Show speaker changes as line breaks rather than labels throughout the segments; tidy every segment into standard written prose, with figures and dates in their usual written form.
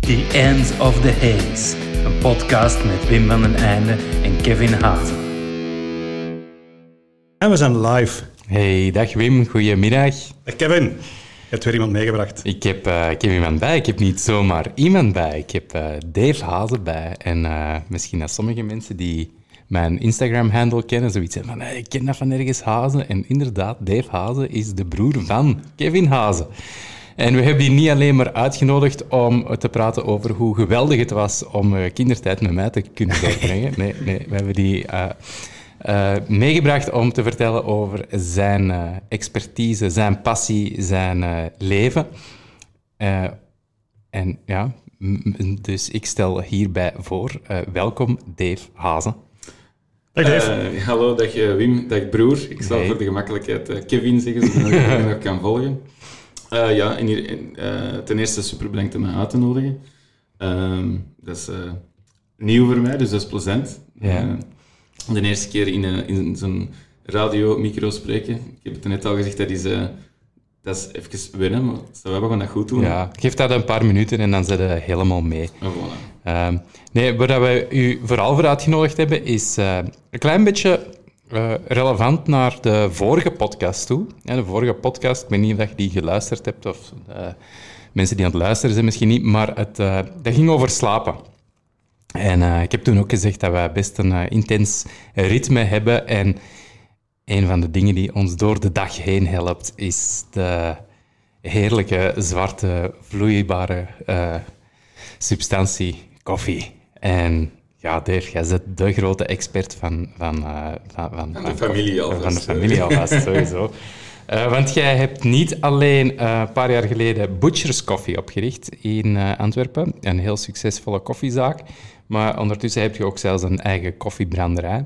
The Ends of the Haze, een podcast met Wim van den Einde en Kevin Hazen.
En we zijn live.
Hey, dag Wim, goedemiddag.
Dag Kevin, je hebt weer iemand meegebracht.
Ik heb iemand bij. Ik heb niet zomaar iemand bij. Ik heb Dave Hazen bij. En misschien dat sommige mensen die mijn Instagram-handle kennen, zoiets hebben van, ik ken dat van ergens, Hazen. En inderdaad, Dave Hazen is de broer van Kevin Hazen. En we hebben die niet alleen maar uitgenodigd om te praten over hoe geweldig het was om kindertijd met mij te kunnen doorbrengen. Nee, we hebben die meegebracht om te vertellen over zijn expertise, zijn passie, zijn leven. En ja, dus ik stel hierbij voor, welkom Dave Hazen.
Dag Dave.
Hallo, dag Wim, dag broer. Ik zal voor de gemakkelijkheid Kevin zeggen, zodat ik nog kan volgen. Ten eerste super bedankt om mij uit te nodigen. Dat is nieuw voor mij, dus dat is plezant.
Ja.
De eerste keer in zo'n radiomicro spreken. Ik heb het net al gezegd, dat is even wennen, maar we gaan dat goed doen.
Ja, geef dat een paar minuten en dan zet je helemaal mee.
En voilà.
Waar we u vooral voor uitgenodigd hebben, is een klein beetje relevant naar de vorige podcast toe. Ja, de vorige podcast, ik weet niet of je die geluisterd hebt, of mensen die aan het luisteren zijn misschien niet, maar dat ging over slapen. En ik heb toen ook gezegd dat wij best een intens ritme hebben. En een van de dingen die ons door de dag heen helpt, is de heerlijke, zwarte, vloeibare substantie koffie. En ja, Dave, jij bent de grote expert van
de familie alvast.
Van de familie alvast, sowieso. Want jij hebt niet alleen een paar jaar geleden Butcher's Coffee opgericht in Antwerpen, een heel succesvolle koffiezaak, maar ondertussen heb je ook zelfs een eigen koffiebranderij.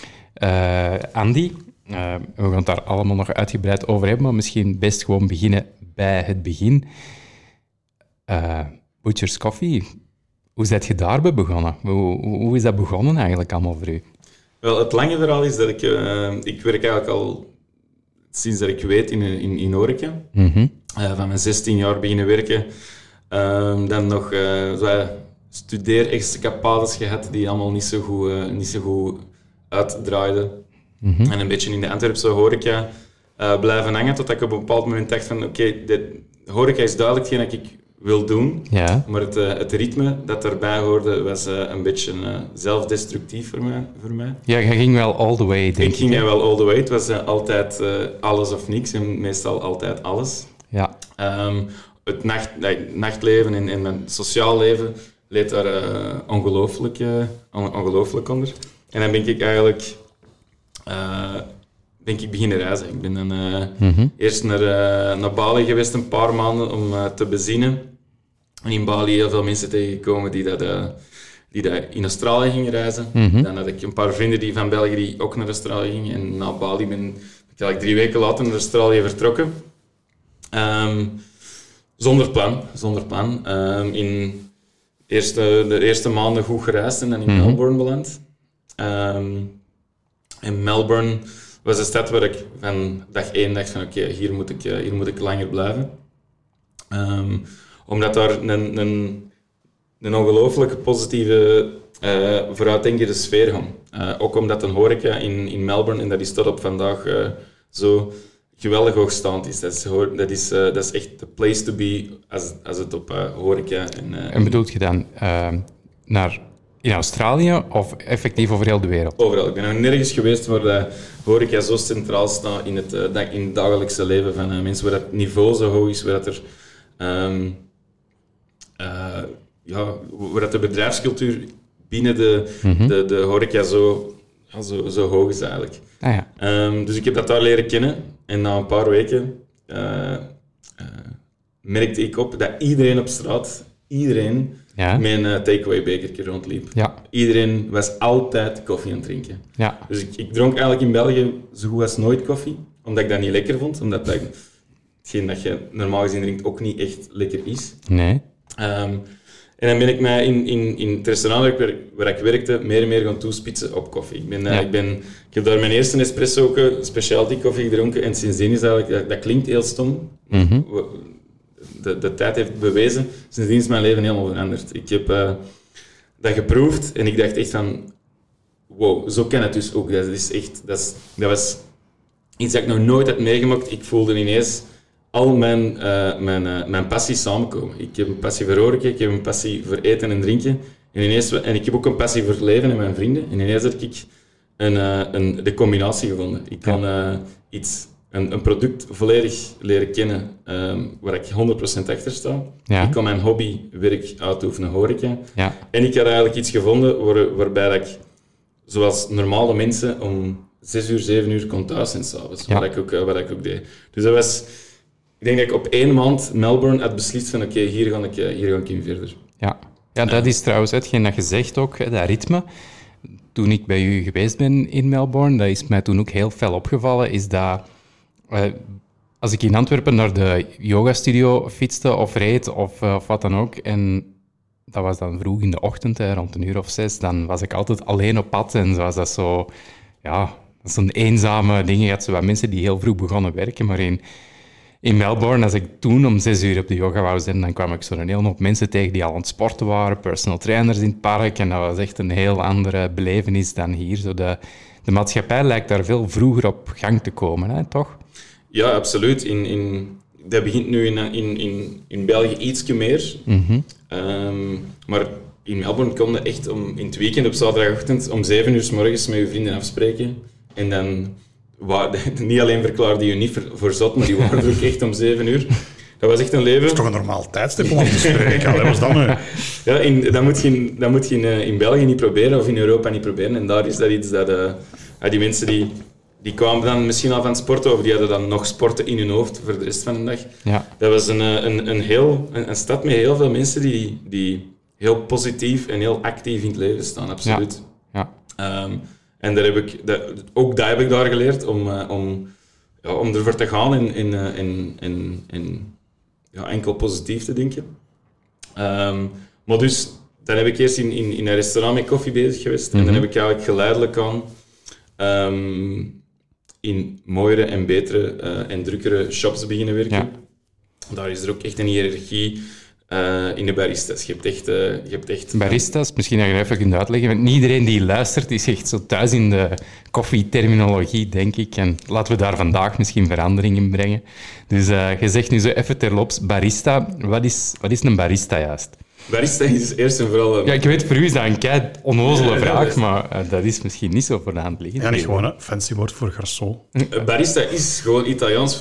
Andy, we gaan het daar allemaal nog uitgebreid over hebben, maar misschien best gewoon beginnen bij het begin. Butcher's Coffee, hoe zijt je daarbij begonnen? Hoe is dat begonnen eigenlijk allemaal voor u?
Wel, het lange verhaal is dat ik werk eigenlijk al sinds dat ik weet in horeca.
Mm-hmm.
Van mijn 16 jaar beginnen werken. Dan nog studeerescapades gehad die allemaal niet zo goed uitdraaiden.
Mm-hmm.
En een beetje in de Antwerpse horeca blijven hangen, totdat ik op een bepaald moment dacht van de horeca is duidelijk hetgeen dat ik wil doen,
Ja.
maar het ritme dat erbij hoorde was een beetje zelfdestructief voor mij.
Ja, je ging wel all the way, denk ik.
Ik ging wel all the way. Het was altijd alles of niks en meestal altijd alles.
Ja.
Het nachtleven en mijn sociaal leven leed daar ongelooflijk onder. En dan ben ik eigenlijk beginnen reizen. Ik ben dan eerst naar Bali geweest een paar maanden om te bezinnen. En in Bali heel veel mensen tegengekomen die dat in Australië gingen reizen.
Mm-hmm.
Dan had ik een paar vrienden die van België die ook naar Australië gingen. En na Bali ben ik eigenlijk 3 weken later naar Australië vertrokken. Zonder plan. In de eerste maanden goed gereisd en dan in Melbourne beland. En Melbourne was een stad waar ik van dag 1 dacht van hier moet ik langer blijven. Omdat daar een ongelooflijke positieve vooruitdenkende sfeer hangt. Ook omdat een horeca in Melbourne, en dat is tot op vandaag zo geweldig hoogstaand is. Dat is echt the place to be als het op horeca...
En bedoelt je dan in Australië of effectief over heel de wereld?
Overal. Ik ben nog nergens geweest waar de horeca zo centraal staat in het dagelijkse leven van mensen, waar het niveau zo hoog is, waar dat er... waar dat de bedrijfscultuur binnen de horeca zo hoog is eigenlijk.
Ah, ja.
Dus ik heb dat daar leren kennen. En na een paar weken merkte ik op dat iedereen op straat, met een takeaway bekertje rondliep.
Ja.
Iedereen was altijd koffie aan het drinken.
Ja.
Dus ik dronk eigenlijk in België zo goed als nooit koffie, omdat ik dat niet lekker vond. Omdat hetgeen dat je normaal gezien drinkt ook niet echt lekker is.
Nee.
En dan ben ik mij in het restaurant waar ik werkte meer en meer gaan toespitsen op koffie. Ik heb daar mijn eerste espresso, specialty koffie gedronken en sindsdien is eigenlijk, dat klinkt heel stom.
Mm-hmm.
de tijd heeft bewezen. Sindsdien is mijn leven helemaal veranderd. Ik heb dat geproefd en ik dacht echt van... Wow, zo kan het dus ook. Dat was iets dat ik nog nooit had meegemaakt. Ik voelde ineens al mijn passies samenkomen. Ik heb een passie voor horeca, ik heb een passie voor eten en drinken. En ik heb ook een passie voor het leven en mijn vrienden. En ineens heb ik de combinatie gevonden. Ik kan een product volledig leren kennen waar ik 100% achter sta.
Ja.
Ik kan mijn hobbywerk uitoefenen, horeca.
Ja.
En ik had eigenlijk iets gevonden waarbij dat ik, zoals normale mensen, om 6 uur, 7 uur kon thuis zijn s'avonds.
Ja.
Wat ik ook deed. Dus dat was... Ik denk dat ik op 1 maand Melbourne had beslist van oké, hier ga ik in verder.
Ja, dat is trouwens hetgeen dat je zegt ook, hè, dat ritme. Toen ik bij u geweest ben in Melbourne, dat is mij toen ook heel fel opgevallen, is dat als ik in Antwerpen naar de yogastudio fietste of reed of wat dan ook, en dat was dan vroeg in de ochtend, rond 1:00 of 6:00, dan was ik altijd alleen op pad en zo was dat zo, ja, zo'n eenzame ding. Je had zo wat mensen die heel vroeg begonnen werken, maar in Melbourne, als ik toen om 6 uur op de yoga wou zijn, dan kwam ik zo'n hele hoop mensen tegen die al aan het sporten waren, personal trainers in het park, en dat was echt een heel andere belevenis dan hier. Zo de maatschappij lijkt daar veel vroeger op gang te komen, hè, toch?
Ja, absoluut. Dat begint nu in België ietsje meer.
Mm-hmm.
Maar in Melbourne kon je echt in het weekend op zaterdagochtend om 7 uur 's morgens met je vrienden afspreken. En dan... niet alleen verklaarde je niet voor zot, maar die waren er ook echt om 7 uur. Dat was echt een leven.
Dat is toch een normaal tijdstip om te spreken? Dat was dan...
Ja, dat moet je in België niet proberen, of in Europa niet proberen. En daar is dat iets dat... die mensen die kwamen dan misschien al van sporten, of die hadden dan nog sporten in hun hoofd voor de rest van de dag. Ja. Dat was een stad met heel veel mensen die heel positief en heel actief in het leven staan, absoluut.
Ja.
En ook dat heb ik daar geleerd, om ervoor te gaan en enkel positief te denken. Maar dus, dan heb ik eerst in een restaurant met koffie bezig geweest. En dan heb ik eigenlijk geleidelijk aan in mooiere en betere en drukkere shops beginnen werken. Ja. Daar is er ook echt een hiërarchie in de baristas. Je hebt echt
baristas, misschien dat je even kunt uitleggen, want niet iedereen die luistert is echt zo thuis in de koffieterminologie, denk ik. En laten we daar vandaag misschien verandering in brengen. Dus je zegt nu zo even terloops, barista. Wat is een barista juist?
Barista is eerst en vooral...
Ja, ik weet, voor u is dat een kei onnozele vraag, maar dat is misschien niet zo voor de hand liggend.
Ja, niet gewoon een fancy woord voor garçon.
Barista is gewoon Italiaans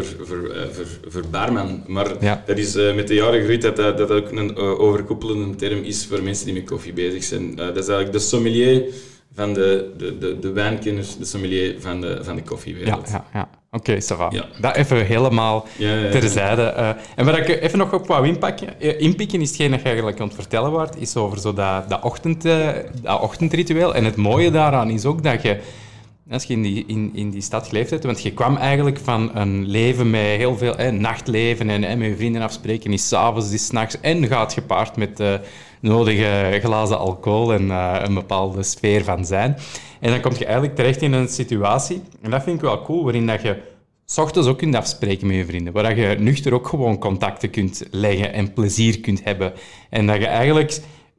voor barman, maar dat is met de jaren gegroeid dat ook een overkoepelende term is voor mensen die met koffie bezig zijn. Dat is eigenlijk de sommelier van de wijnkenners, de sommelier van de koffiewereld.
Ja. Oké, ça va. Ja. Dat even helemaal terzijde. En wat ik even nog op wou inpikken is hetgeen dat je eigenlijk aan het vertellen wordt, is over zo dat ochtendritueel. En het mooie daaraan is ook dat je, als je in die stad geleefd hebt, want je kwam eigenlijk van een leven met heel veel nachtleven en met je vrienden afspreken, is 's avonds, is 's nachts, en gaat gepaard met nodige glazen alcohol en een bepaalde sfeer van zijn. En dan kom je eigenlijk terecht in een situatie, en dat vind ik wel cool, waarin dat je 's ochtends ook kunt afspreken met je vrienden, waar je nuchter ook gewoon contacten kunt leggen en plezier kunt hebben. En dat je eigenlijk...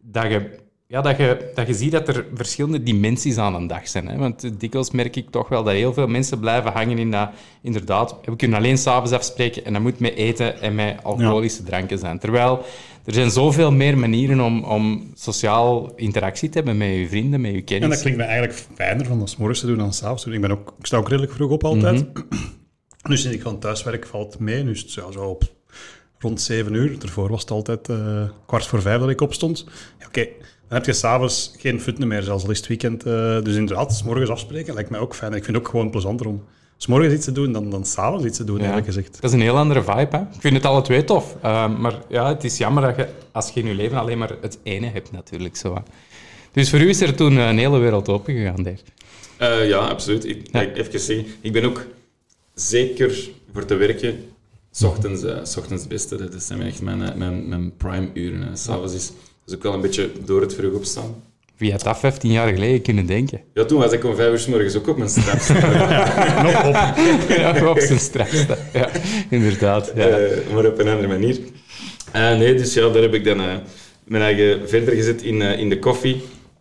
Dat je ziet dat er verschillende dimensies aan een dag zijn. Hè? Want dikwijls merk ik toch wel dat heel veel mensen blijven hangen in dat... Inderdaad, we kunnen alleen 's avonds afspreken en dat moet met eten en met alcoholische dranken zijn. Terwijl er zijn zoveel meer manieren om sociaal interactie te hebben met je vrienden, met je kennis.
En dat klinkt mij eigenlijk fijner van 's morgens te doen dan 's avonds te doen. Ik sta ook redelijk vroeg op altijd. Nu sinds ik van thuiswerk valt mee. Nu is het zo op rond 7 uur. Daarvoor was het altijd 4:15 dat ik opstond. Ja, oké. Dan heb je s'avonds geen fut meer, zelfs al is het weekend. Dus inderdaad, 's morgens afspreken lijkt mij ook fijn. Ik vind het ook gewoon plezanter om 's morgens iets te doen dan 's avonds iets te doen, eerlijk gezegd.
Dat is een heel andere vibe, hè? Ik vind het alle twee tof. Maar ja, het is jammer dat je, als je in je leven alleen maar het ene hebt, natuurlijk. Zo. Dus voor u is er toen een hele wereld opengegaan, daar.
Ja, absoluut. Even zeggen, ik ben ook zeker voor te werken 's ochtends het beste. Dat zijn echt mijn prime uren. 's avonds is ook wel een beetje door het vroeg opstaan.
Wie had dat 15 jaar geleden kunnen denken?
Ja, toen was ik om 5 uur 's morgens ook op mijn straf.
Nog op.
Ja, op zijn strafste. Ja, inderdaad. Ja.
Maar op een andere manier. Nee, dus ja, daar heb ik dan mijn eigen verder gezet in de koffie.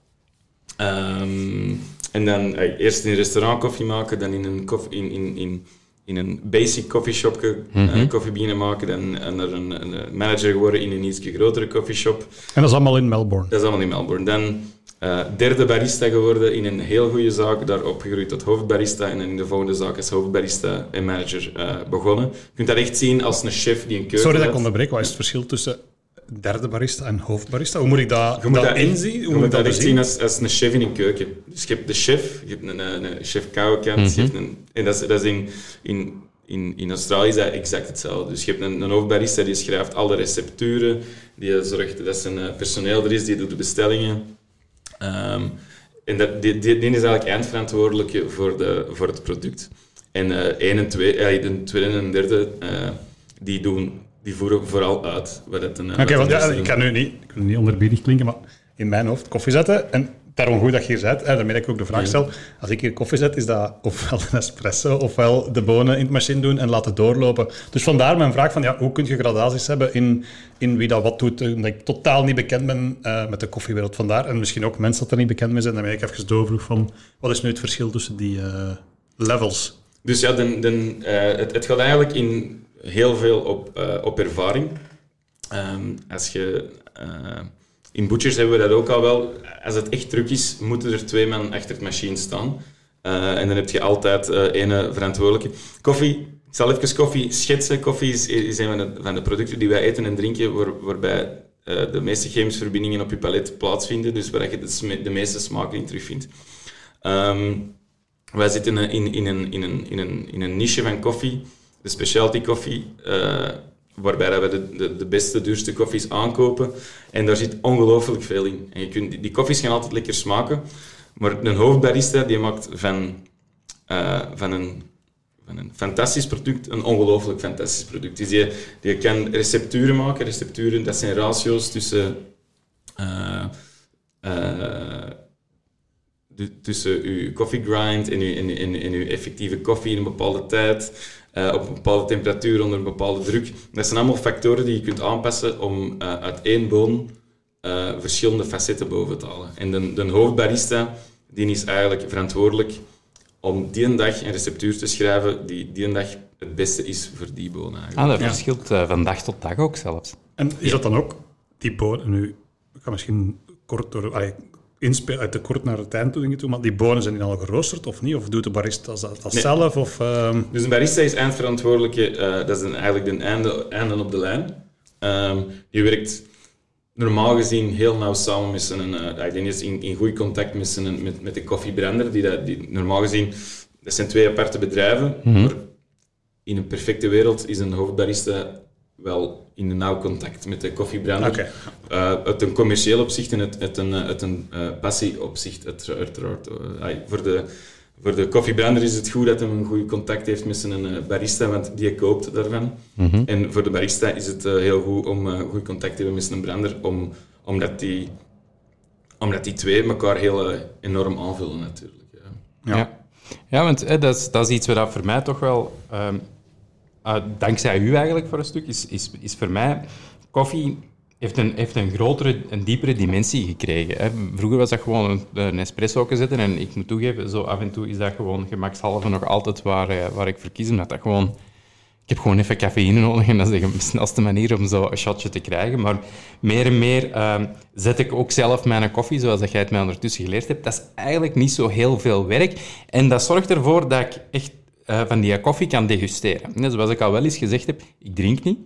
En dan eerst in een restaurant koffie maken, dan in een basic coffeeshopje koffie beginnen maken, dan naar een manager geworden in een iets grotere coffeeshop.
En dat is allemaal in Melbourne?
Dat is allemaal in Melbourne. Dan derde barista geworden in een heel goede zaak, daar opgegroeid tot hoofdbarista en dan in de volgende zaak als hoofdbarista en manager begonnen. Je kunt dat echt zien als een chef die een keuken
Sorry dat ik
had.
onderbreek, wat is het verschil tussen derde barista en hoofdbarista? Hoe moet ik dat,
Je moet dat
inzien?
Je moet dat echt zien als een chef in een keuken. Dus je hebt de chef, je hebt een chef kouwenkant, en dat is in Australië is dat exact hetzelfde. Dus je hebt een hoofdbarista die schrijft alle recepturen, die zorgt dat zijn personeel er is, die doet de bestellingen. En die is eigenlijk eindverantwoordelijke voor het product. En 1 en 2, de tweede en derde, die voeren vooral uit.
Oké, want ik kan nu niet onderbiedig klinken, maar in mijn hoofd koffie zetten. En daarom goed dat je hier bent, daarmee dat ik ook de vraag stel. Als ik hier koffie zet, is dat ofwel een espresso, ofwel de bonen in de machine doen en laten doorlopen. Dus vandaar mijn vraag van, hoe kun je gradaties hebben in wie dat wat doet. Omdat ik totaal niet bekend ben met de koffiewereld. Vandaar, en misschien ook mensen dat er niet bekend mee zijn, daarmee ik even doorvroeg van, wat is nu het verschil tussen die levels?
Dus ja, het gaat eigenlijk heel veel op ervaring. In butchers hebben we dat ook al wel. Als het echt druk is, moeten er 2 man achter het machine staan. En dan heb je altijd ene verantwoordelijke. Koffie, ik zal even koffie schetsen. Koffie is een van de producten die wij eten en drinken, waarbij de meeste chemische verbindingen op je palet plaatsvinden, dus waar je de meeste smaak in terugvindt. Wij zitten in een niche van koffie, de specialty koffie, waarbij we de beste, duurste koffies aankopen. En daar zit ongelooflijk veel in. En die koffies gaan altijd lekker smaken, maar een hoofdbarista die maakt van een fantastisch product een ongelooflijk fantastisch product. Dus die kan recepturen maken. Recepturen, dat zijn ratio's tussen uw coffee grind en uw effectieve koffie in een bepaalde tijd, op een bepaalde temperatuur, onder een bepaalde druk. Dat zijn allemaal factoren die je kunt aanpassen om uit één boon verschillende facetten boven te halen. En de hoofdbarista die is eigenlijk verantwoordelijk om die een dag een receptuur te schrijven die een dag het beste is voor die boon eigenlijk.
Dat verschilt van dag tot dag ook zelfs.
En is dat dan ook die bonen? Nu, ik ga misschien kort door... uit de kort naar het eind toe, maar die bonen zijn die al geroosterd of niet? Of doet de barista dat zelf? Of,
Dus een barista is eindverantwoordelijke, dat is eigenlijk de einde op de lijn. Die werkt normaal gezien heel nauw samen met die is in goed contact met de koffiebrander. Die normaal gezien, dat zijn 2 aparte bedrijven, maar in een perfecte wereld is een hoofdbarista wel in een nauw contact met de koffiebrander.
Okay.
Uit een commercieel opzicht en uit een passieopzicht uiteraard. Voor de koffiebrander is het goed dat hij een goed contact heeft met zijn barista, want die koopt daarvan. En voor de barista is het heel goed om goed contact te hebben met zijn brander, omdat die 2 elkaar heel enorm aanvullen natuurlijk.
Ja, want dat is iets wat voor mij toch wel... dankzij u eigenlijk voor een stuk, is voor mij... Koffie heeft een grotere, een diepere dimensie gekregen. Hè. Vroeger was dat gewoon een espresso zetten en ik moet toegeven, zo af en toe is dat gewoon gemakshalve nog altijd waar ik verkies. Omdat dat gewoon... Ik heb gewoon even cafeïne nodig en dat is de snelste manier om zo een shotje te krijgen. Maar meer en meer zet ik ook zelf mijn koffie, zoals dat jij het mij ondertussen geleerd hebt. Dat is eigenlijk niet zo heel veel werk. En dat zorgt ervoor dat ik echt van die koffie kan degusteren. En zoals ik al wel eens gezegd heb, ik drink niet.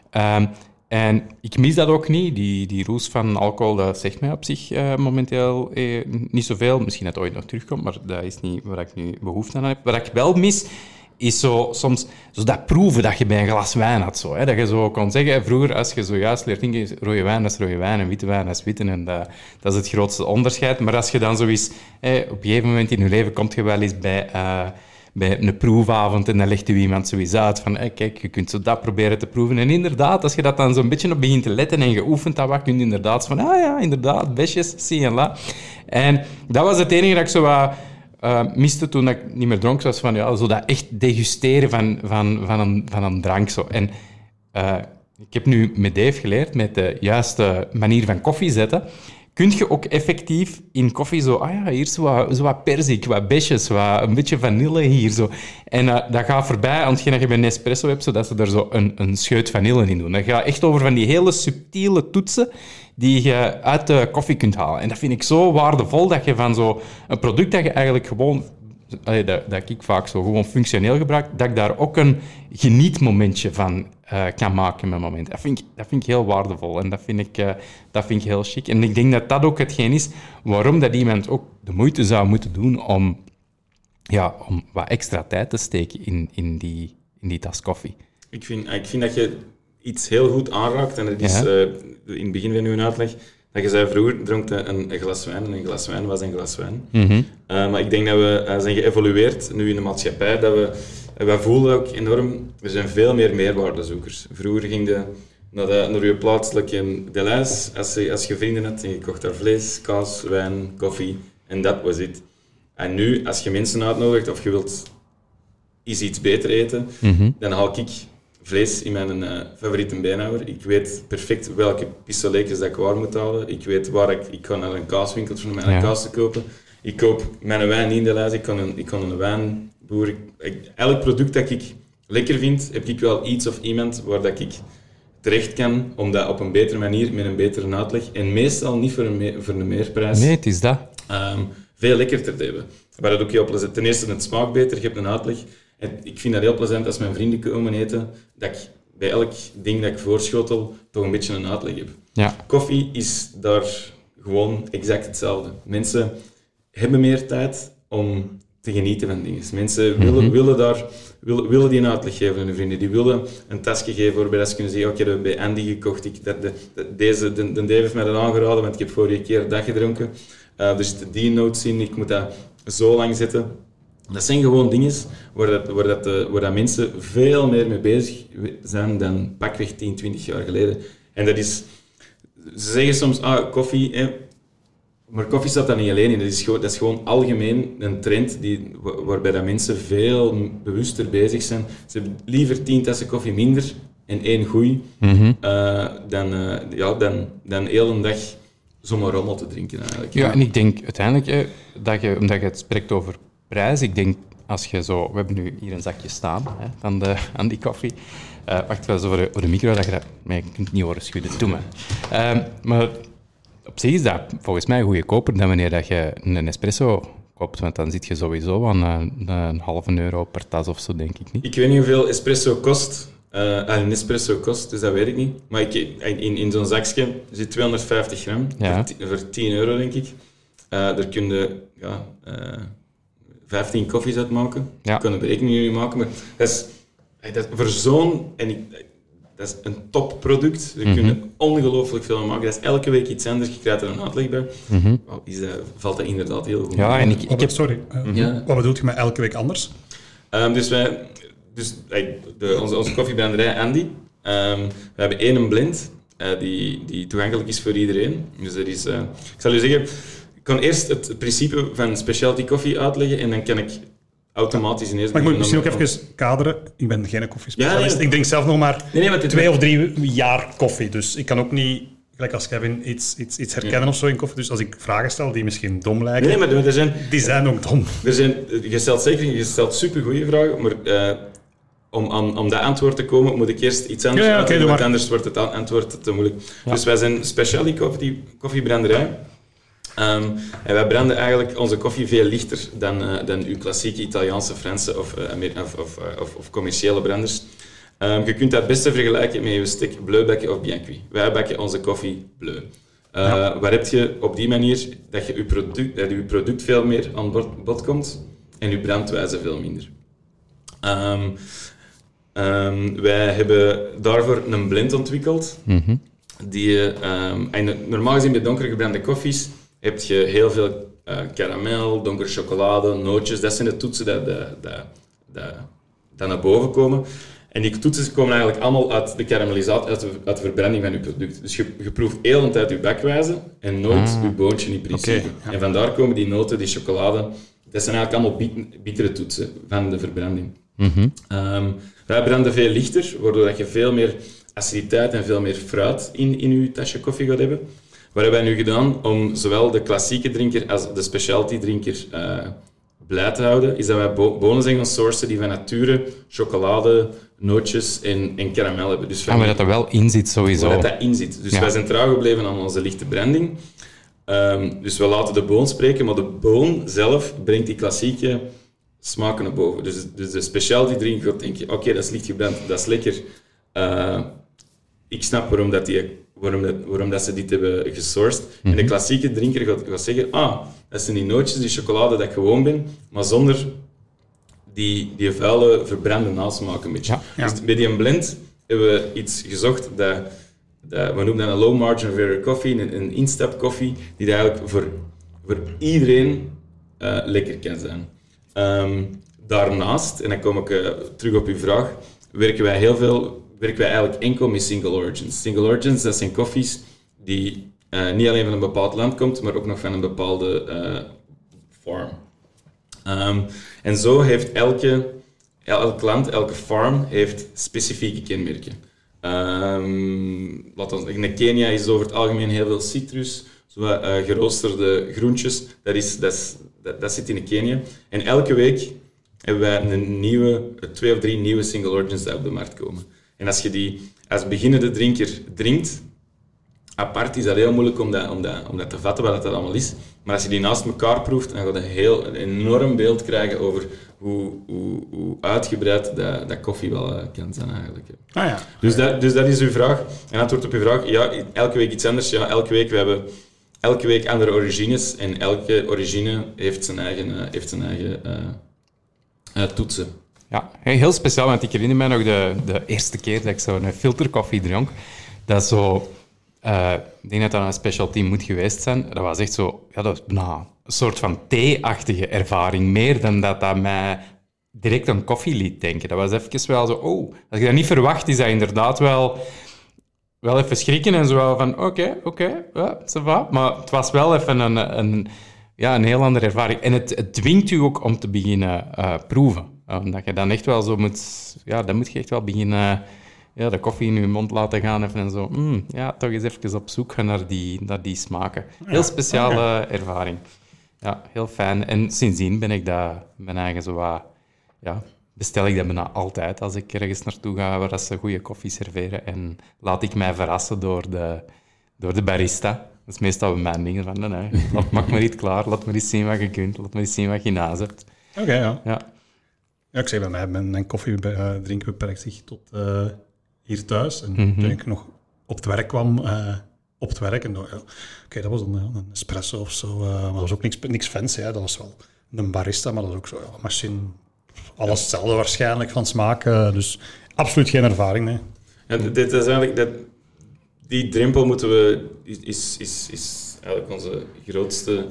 En ik mis dat ook niet. Die roes van alcohol, dat zegt mij op zich momenteel niet zoveel. Misschien dat het ooit nog terugkomt, maar dat is niet waar ik nu behoefte aan heb. Wat ik wel mis, is soms dat proeven dat je bij een glas wijn had. Zo, hè? Dat je zo kon zeggen, vroeger als je zojuist leert drinken, rode wijn, dat is rode wijn en witte wijn, dat is witte. En dat is het grootste onderscheid. Maar als je dan zoiets... op een gegeven moment in je leven komt je wel eens bij een proefavond en dan legt u iemand zoiets uit van kijk, je kunt zo dat proberen te proeven. En inderdaad, als je dat dan zo'n beetje op begint te letten en geoefend, dan wat kun je inderdaad van, inderdaad, besjes, zie en la. En dat was het enige dat ik zo wat miste toen ik niet meer dronk. Zoals van, ja, zo dat echt degusteren van een drank. Zo. En ik heb nu met Dave geleerd, met de juiste manier van koffie zetten, kun je ook effectief in koffie zo, hier zo wat perzik, wat besjes, een beetje vanille hier. Zo. En dat gaat voorbij aan hetgeen dat je bij Nespresso hebt, zodat ze er zo een scheut vanille in doen. Dat gaat echt over van die hele subtiele toetsen die je uit de koffie kunt halen. En dat vind ik zo waardevol, dat je van zo'n product dat je eigenlijk gewoon... dat ik vaak zo gewoon functioneel gebruik, dat ik daar ook een genietmomentje van kan maken in mijn moment. Dat vind ik heel waardevol en dat vind ik heel chic. En ik denk dat dat ook hetgeen is waarom dat iemand ook de moeite zou moeten doen om wat extra tijd te steken in die tas koffie.
Ik vind dat je iets heel goed aanraakt, en dat is in het begin van uw uitleg, dat je zei, vroeger dronk je een glas wijn en een glas wijn was een glas wijn. Mm-hmm. Maar ik denk dat we zijn geëvolueerd nu in de maatschappij, dat wij voelen ook enorm, er zijn veel meer meerwaardezoekers. Vroeger ging je naar je plaatselijke Deleuze, als je vrienden had en je kocht daar vlees, kaas, wijn, koffie en dat was het. En nu, als je mensen uitnodigt of je wilt iets beter eten, dan haal ik vlees in mijn favoriete beenhouwer. Ik weet perfect welke pistoletjes dat ik waar moet halen. Ik weet waar ik ga naar een kaaswinkeltje om mijn kaas te kopen. Ik koop mijn wijn niet in de lijst. Ik kan een wijnboer... Elk product dat ik lekker vind, heb ik wel iets of iemand waar dat ik terecht kan om dat op een betere manier, met een betere uitleg, en meestal niet voor een meerprijs.
Nee, het is dat.
Veel lekkerder te hebben. Waar dat ook heel plezant. Ten eerste, het smaakt beter, je hebt een uitleg. En ik vind dat heel plezant als mijn vrienden komen eten, dat ik bij elk ding dat ik voorschotel toch een beetje een uitleg heb. Ja. Koffie is daar gewoon exact hetzelfde. Mensen hebben meer tijd om te genieten van dingen. Mensen willen die een uitleg geven aan hun vrienden. Die willen een tasje geven waarbij ze kunnen zeggen, ik heb bij Andy gekocht. De Dave heeft mij dat aangeraden, want ik heb vorige keer dat gedronken. Er zitten die notes in, ik moet dat zo lang zetten. Dat zijn gewoon dingen waar dat mensen veel meer mee bezig zijn dan pakweg 10, 20 jaar geleden. En dat is... Ze zeggen soms, koffie... Maar koffie staat daar niet alleen in. Dat is gewoon algemeen een trend waarbij dat mensen veel bewuster bezig zijn. Ze hebben liever 10 tassen koffie minder en 1 goeie dan heel een dag zomaar rommel te drinken eigenlijk.
Ja, en ik denk uiteindelijk, omdat je het spreekt over prijs, ik denk als je zo... We hebben nu hier een zakje staan van die koffie. Wacht wel zo voor de micro, dat je dat... Maar je kunt het niet horen schudden. Doe maar. Maar op zich is dat volgens mij een goede koper dan wanneer dat je een espresso koopt, want dan zit je sowieso aan een €0,5 per tas of zo, denk ik niet.
Ik weet niet hoeveel espresso kost. Een espresso kost, dus dat weet ik niet. Maar in zo'n zakje zit 250 gram voor €10, denk ik. Daar kun je 15 koffies uit maken. Je kan een berekening maken, maar dat is voor zo'n... Dat is een topproduct. Daar kun je ongelooflijk veel aan maken. Dat is elke week iets anders. Je krijgt er een uitleg bij. Valt dat inderdaad heel goed.
Ja, en wat bedoel je met elke week anders?
Onze koffiebranderij Andy. We hebben 1 blend die toegankelijk is voor iedereen. Dus dat is... ik zal u zeggen... Ik kan eerst het principe van specialty koffie uitleggen en dan kan ik automatisch ineens...
Maar ik moet misschien ook even kaderen. Ik ben geen koffiespecialist. Ja, ik drink zelf nog maar 2 of 3 jaar koffie. Dus ik kan ook niet, gelijk als Kevin, iets herkennen of zo in koffie. Dus als ik vragen stel die misschien dom lijken, maar die zijn ook dom.
Je stelt supergoeie vragen, maar om dat antwoord te komen, moet ik eerst iets anders uitleggen, want anders wordt het antwoord te moeilijk. Ja. Dus wij zijn specialty koffiebranderij. En wij branden eigenlijk onze koffie veel lichter dan uw klassieke Italiaanse, Franse of commerciële branders. Je kunt dat het beste vergelijken met je stek bleu bakken of bianchi. Wij bakken onze koffie bleu. Waar heb je op die manier dat je product veel meer aan bod komt en je brandwijze veel minder. Wij hebben daarvoor een blend ontwikkeld. Normaal gezien bij donker gebrande koffies heb je heel veel karamel, donkere chocolade, nootjes. Dat zijn de toetsen die naar boven komen. En die toetsen komen eigenlijk allemaal uit de karamellisatie, uit de verbranding van je product. Dus je proeft heel de tijd je bakwijze en nooit je boontje in principe.
Okay, ja.
En vandaar komen die noten, die chocolade. Dat zijn eigenlijk allemaal bittere toetsen van de verbranding. Wij branden veel lichter, waardoor dat je veel meer aciditeit en veel meer fruit in je tasje koffie gaat hebben. Wat hebben wij nu gedaan om zowel de klassieke drinker als de specialty drinker blij te houden, is dat wij bonen zijn gaan sourcen die van nature chocolade, nootjes en karamel hebben. Dus
maar dat er wel in zit sowieso.
Waar dat in zit. Dus wij zijn trouw gebleven aan onze lichte branding. Dus we laten de boon spreken, maar de boon zelf brengt die klassieke smaken naar boven. Dus de specialty drink gaat denken, oké, dat is licht gebrand, dat is lekker. Ik snap waarom dat ze dit hebben gesourced. En de klassieke drinker gaat zeggen, dat zijn die nootjes, die chocolade dat ik gewoon ben, maar zonder die vuile, verbrande nasmaak een beetje. Ja. Dus bij die blend hebben we iets gezocht dat we noemen dat een low margin variable coffee, een instap koffie, die eigenlijk voor iedereen lekker kan zijn. Daarnaast, en dan kom ik terug op uw vraag, werken wij eigenlijk enkel met single origins. Single origins, dat zijn koffies die niet alleen van een bepaald land komt, maar ook nog van een bepaalde farm. En zo heeft elk land, elke farm, heeft specifieke kenmerken. In Kenia is over het algemeen heel veel citrus, geroosterde groentjes, dat zit in Kenia. En elke week hebben wij 2 of 3 nieuwe single origins die op de markt komen. En als je die als beginnende drinker drinkt, apart is dat heel moeilijk om dat te vatten, wat dat allemaal is. Maar als je die naast elkaar proeft, dan ga je een enorm beeld krijgen over hoe uitgebreid dat koffie wel kan zijn eigenlijk. Dus dat is uw vraag. En antwoord op uw vraag, ja, elke week iets anders. Ja, we hebben elke week andere origines en elke origine heeft zijn eigen toetsen.
Ja, heel speciaal, want ik herinner mij nog de eerste keer dat ik zo'n filterkoffie dronk. Dat is zo... ik denk dat dat een specialty moet geweest zijn. Dat was echt zo... Ja, dat was een soort van thee-achtige ervaring. Meer dan dat mij direct aan koffie liet denken. Dat was even wel zo... als je dat niet verwacht, is dat inderdaad wel even schrikken en zo van... Oké, ja, ça va. Maar het was wel even een heel andere ervaring. En het dwingt u ook om te beginnen proeven. Omdat je dan echt wel zo moet... Ja, dan moet je echt wel beginnen... de koffie in je mond laten gaan even en zo. Toch eens even op zoek gaan naar die smaken. Heel speciale ervaring. Ja, heel fijn. En sindsdien ben ik mijn eigen zo wat... bestel ik dat bijna altijd als ik ergens naartoe ga waar ze goede koffie serveren. En laat ik mij verrassen door de barista. Dat is meestal mijn ding van, maak maar iets klaar, laat maar eens zien wat je kunt, laat maar eens zien wat je naast hebt.
Oké. Ja, ik zeg bij mij, mijn koffiedrinken beperkt zich tot hier thuis. En toen ik nog op het werk kwam, en dat was een espresso of zo, maar dat was ook niks fancy. Hè. Dat was wel een barista, maar dat was ook zo, machine, alles hetzelfde waarschijnlijk van smaak. Dus absoluut geen ervaring, nee.
Ja, dit is eigenlijk... Die drempel moeten we... Is eigenlijk onze grootste...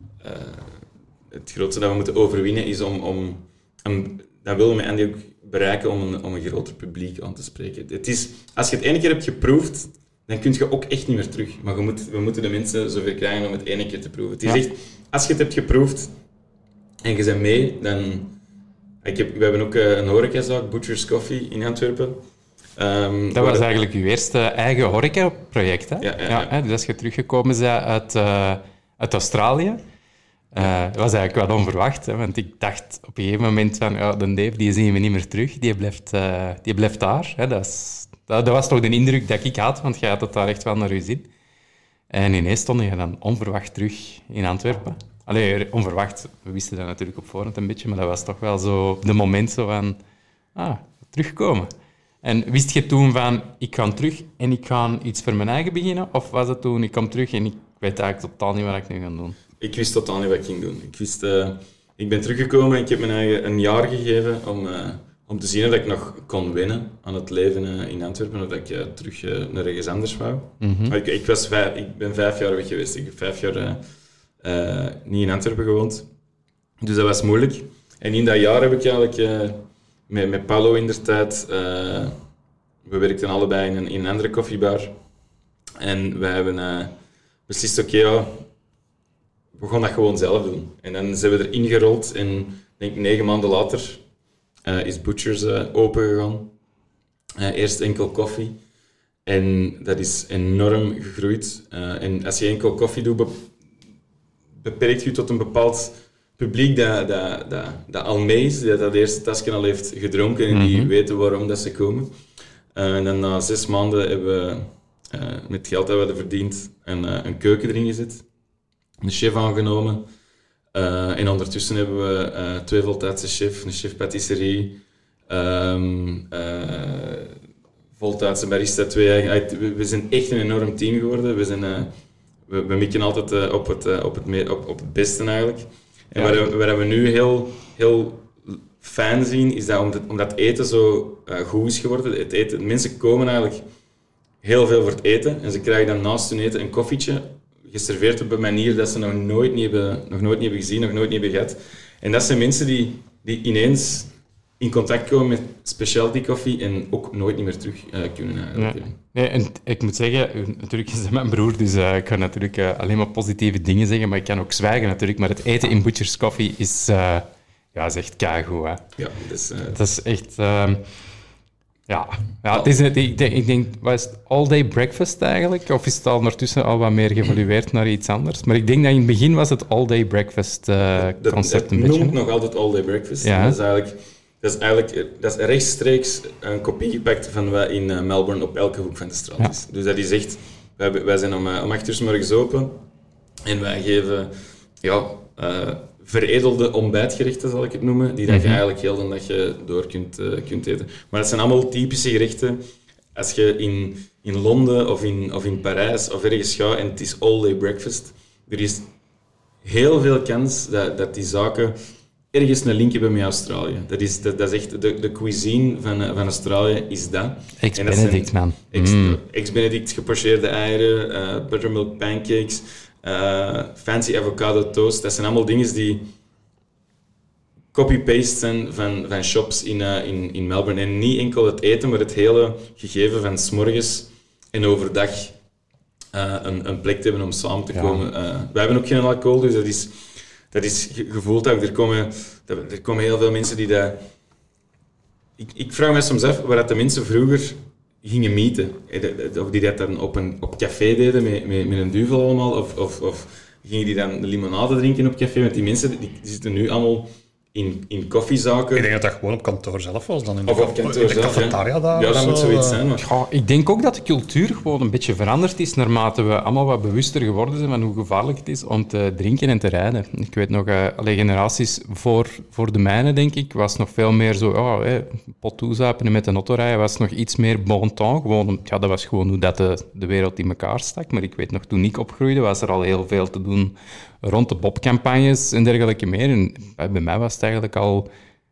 het grootste dat we moeten overwinnen is om dat willen we Andy ook bereiken om een groter publiek aan te spreken. Het is, als je het 1 keer hebt geproefd, dan kun je ook echt niet meer terug. Maar we moeten de mensen zover krijgen om het 1 keer te proeven. Het is echt, als je het hebt geproefd en je bent mee, dan... We hebben ook een horecazaak, Butcher's Coffee, in Antwerpen.
Dat was eigenlijk uw eerste eigen horeca-project, hè?
Ja.
Dus als je teruggekomen bent uit Australië... dat was eigenlijk wel onverwacht, hè, want ik dacht op een gegeven moment van, de Dave, die zien we niet meer terug, die blijft daar. Hè. Dat was toch de indruk dat ik had, want jij had het daar echt wel naar je zin. En ineens stond je dan onverwacht terug in Antwerpen. Allee, onverwacht, we wisten dat natuurlijk op voorhand een beetje, maar dat was toch wel zo de moment zo van, terugkomen. En wist je toen van, ik ga terug en ik ga iets voor mijn eigen beginnen? Of was het toen, ik kom terug en ik weet eigenlijk totaal niet wat ik nu ga doen?
Ik wist totaal niet wat ik ging doen. Ik ben teruggekomen en ik heb mijn eigen een jaar gegeven om te zien of ik nog kon winnen aan het leven in Antwerpen, of ik terug naar ergens anders wou. Ik ben 5 jaar weg geweest. Ik heb 5 jaar niet in Antwerpen gewoond. Dus dat was moeilijk. En in dat jaar heb ik eigenlijk met Paulo inderdaad. We werkten allebei in een andere koffiebar. En wij hebben beslist, we gaan dat gewoon zelf doen. En dan zijn we erin gerold en ik denk 9 maanden later is Butchers open gegaan. Eerst enkel koffie. En dat is enorm gegroeid. En als je enkel koffie doet, beperkt je tot een bepaald publiek dat al mee is, dat dat eerste tasje al heeft gedronken en die weten waarom dat ze komen. En dan na 6 maanden hebben we met het geld dat we hadden verdiend een keuken erin gezet. Een chef aangenomen. En ondertussen hebben we 2 voltijdse chef, een chef patisserie, voltijdse barista, 2. We zijn echt een enorm team geworden. We mikken altijd op het beste eigenlijk. En wat we nu heel fijn zien, is dat omdat het eten zo goed is geworden, mensen komen eigenlijk heel veel voor het eten en ze krijgen dan naast hun eten een koffietje geserveerd op een manier dat ze nog nooit niet hebben gezien, nog nooit niet hebben gehad. En dat zijn mensen die ineens in contact komen met specialty koffie en ook nooit niet meer terug kunnen eigenlijk.
Nee, en ik moet zeggen, natuurlijk is dat mijn broer, dus ik kan natuurlijk alleen maar positieve dingen zeggen, maar ik kan ook zwijgen natuurlijk, maar het eten in Butchers Coffee is echt keigoed. Hè.
Ja,
dat is echt... het is, ik denk, wat is het, all-day breakfast eigenlijk? Of is het al ondertussen al wat meer geëvolueerd naar iets anders? Maar ik denk dat in het begin was het all-day breakfast concept een beetje.
Het noemt nog altijd all-day breakfast.
Ja.
Dat is rechtstreeks een kopie gepakt van wat in Melbourne op elke hoek van de straat is. Dus dat is echt... Wij zijn om 8 uur 's morgens open en wij geven veredelde ontbijtgerechten, zal ik het noemen, die dat je eigenlijk heel de dag door kunt eten. Maar dat zijn allemaal typische gerechten. Als je in Londen of in Parijs of ergens gaat en het is all-day breakfast, er is heel veel kans dat die zaken ergens een link hebben met Australië. Dat is echt de cuisine van Australië is dat.
Ex-Benedict, man.
Ex-Benedict, gepocheerde eieren, buttermilk pancakes, fancy avocado toast. Dat zijn allemaal dingen die copy-paste zijn van shops in Melbourne. En niet enkel het eten, maar het hele gegeven van 's morgens en overdag een plek te hebben om samen te komen. Wij hebben ook geen alcohol, dus dat is gevoeld ook. Er komen heel veel mensen die dat... Ik vraag me soms af waar de mensen vroeger gingen meeten. Of die dat dan op café deden met een duvel allemaal. Of gingen die dan de limonade drinken op café. Want die mensen die zitten nu allemaal in koffiezaken.
Ik denk dat dat gewoon op kantoor zelf was. Dan in
Of op kantoor zelf,
cafetaria daar.
Ja, dat moet zoiets zijn. Maar...
Ja, ik denk ook dat de cultuur gewoon een beetje veranderd is naarmate we allemaal wat bewuster geworden zijn van hoe gevaarlijk het is om te drinken en te rijden. Ik weet nog, generaties voor de mijne, denk ik, was nog veel meer zo, pot toezuipen en met een auto rijden was nog iets meer bon temps. Gewoon, dat was gewoon hoe dat de wereld in elkaar stak. Maar ik weet nog, toen ik opgroeide, was er al heel veel te doen rond de Bob-campagnes en dergelijke meer. En bij mij was het eigenlijk al...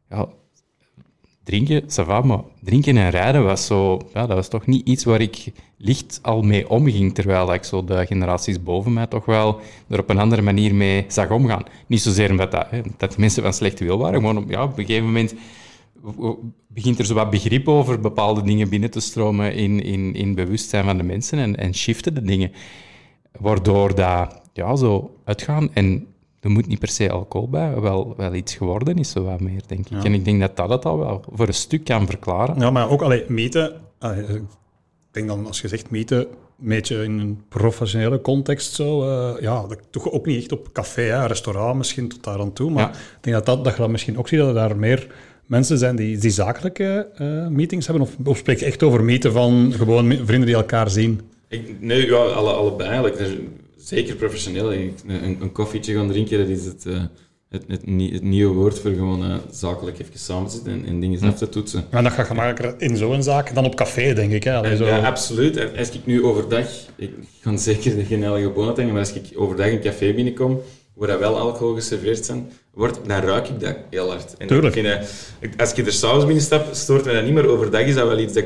drinken, ça va, maar drinken en rijden was zo... Ja, dat was toch niet iets waar ik licht al mee omging, terwijl ik zo de generaties boven mij toch wel er op een andere manier mee zag omgaan. Niet zozeer omdat dat mensen van slechte wil waren, gewoon op een gegeven moment begint er zo wat begrip over bepaalde dingen binnen te stromen in bewustzijn van de mensen en shiften de dingen. Waardoor dat zo uitgaan en er moet niet per se alcohol bij, wel iets geworden is, zo wat meer, denk ik. Ja. En ik denk dat het al wel voor een stuk kan verklaren.
Ja, maar ook meten... ik denk dan, als je zegt meten, meet je in een professionele context zo. Dat toch ook niet echt op café, restaurant misschien tot daar aan toe. Maar ik denk dat je dat misschien ook ziet, dat er daar meer mensen zijn die zakelijke meetings hebben. Of spreek je echt over meten van gewoon vrienden die elkaar zien?
Allebei eigenlijk. Zeker professioneel. Een koffietje gaan drinken, dat is het nieuwe woord voor gewoon zakelijk even samen te zitten en dingen af te toetsen.
Maar dat gaat gemakkelijker in zo'n zaak dan op café, denk ik. Hè?
Ja, absoluut. Als ik nu overdag... Ik ga zeker geen heilige bonen denken, maar als ik overdag een café binnenkom, waar dat wel alcohol geserveerd zijn, dan ruik ik dat heel hard. En
tuurlijk.
Als ik er s'avonds binnenstap, stoort mij dat niet, maar overdag is dat wel iets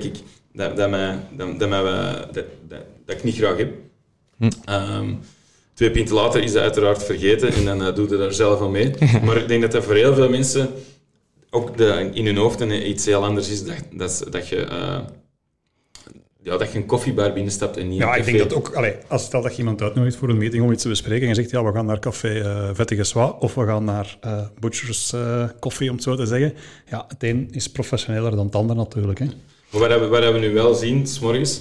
dat ik niet graag heb. 2 pinten later is dat uiteraard vergeten en dan doe je daar zelf aan mee. Maar ik denk dat voor heel veel mensen ook in hun hoofd iets heel anders is dat je een koffiebar binnenstapt en niet een
Ja,
café.
ik denk dat ook... Stel dat je iemand uitnodigt voor een meeting om iets te bespreken en je zegt, we gaan naar café Vettige Soie of we gaan naar Butchers Koffie, om het zo te zeggen. Ja, het een is professioneler dan het ander natuurlijk. Hè.
Maar wat we nu wel zien, 's morgens,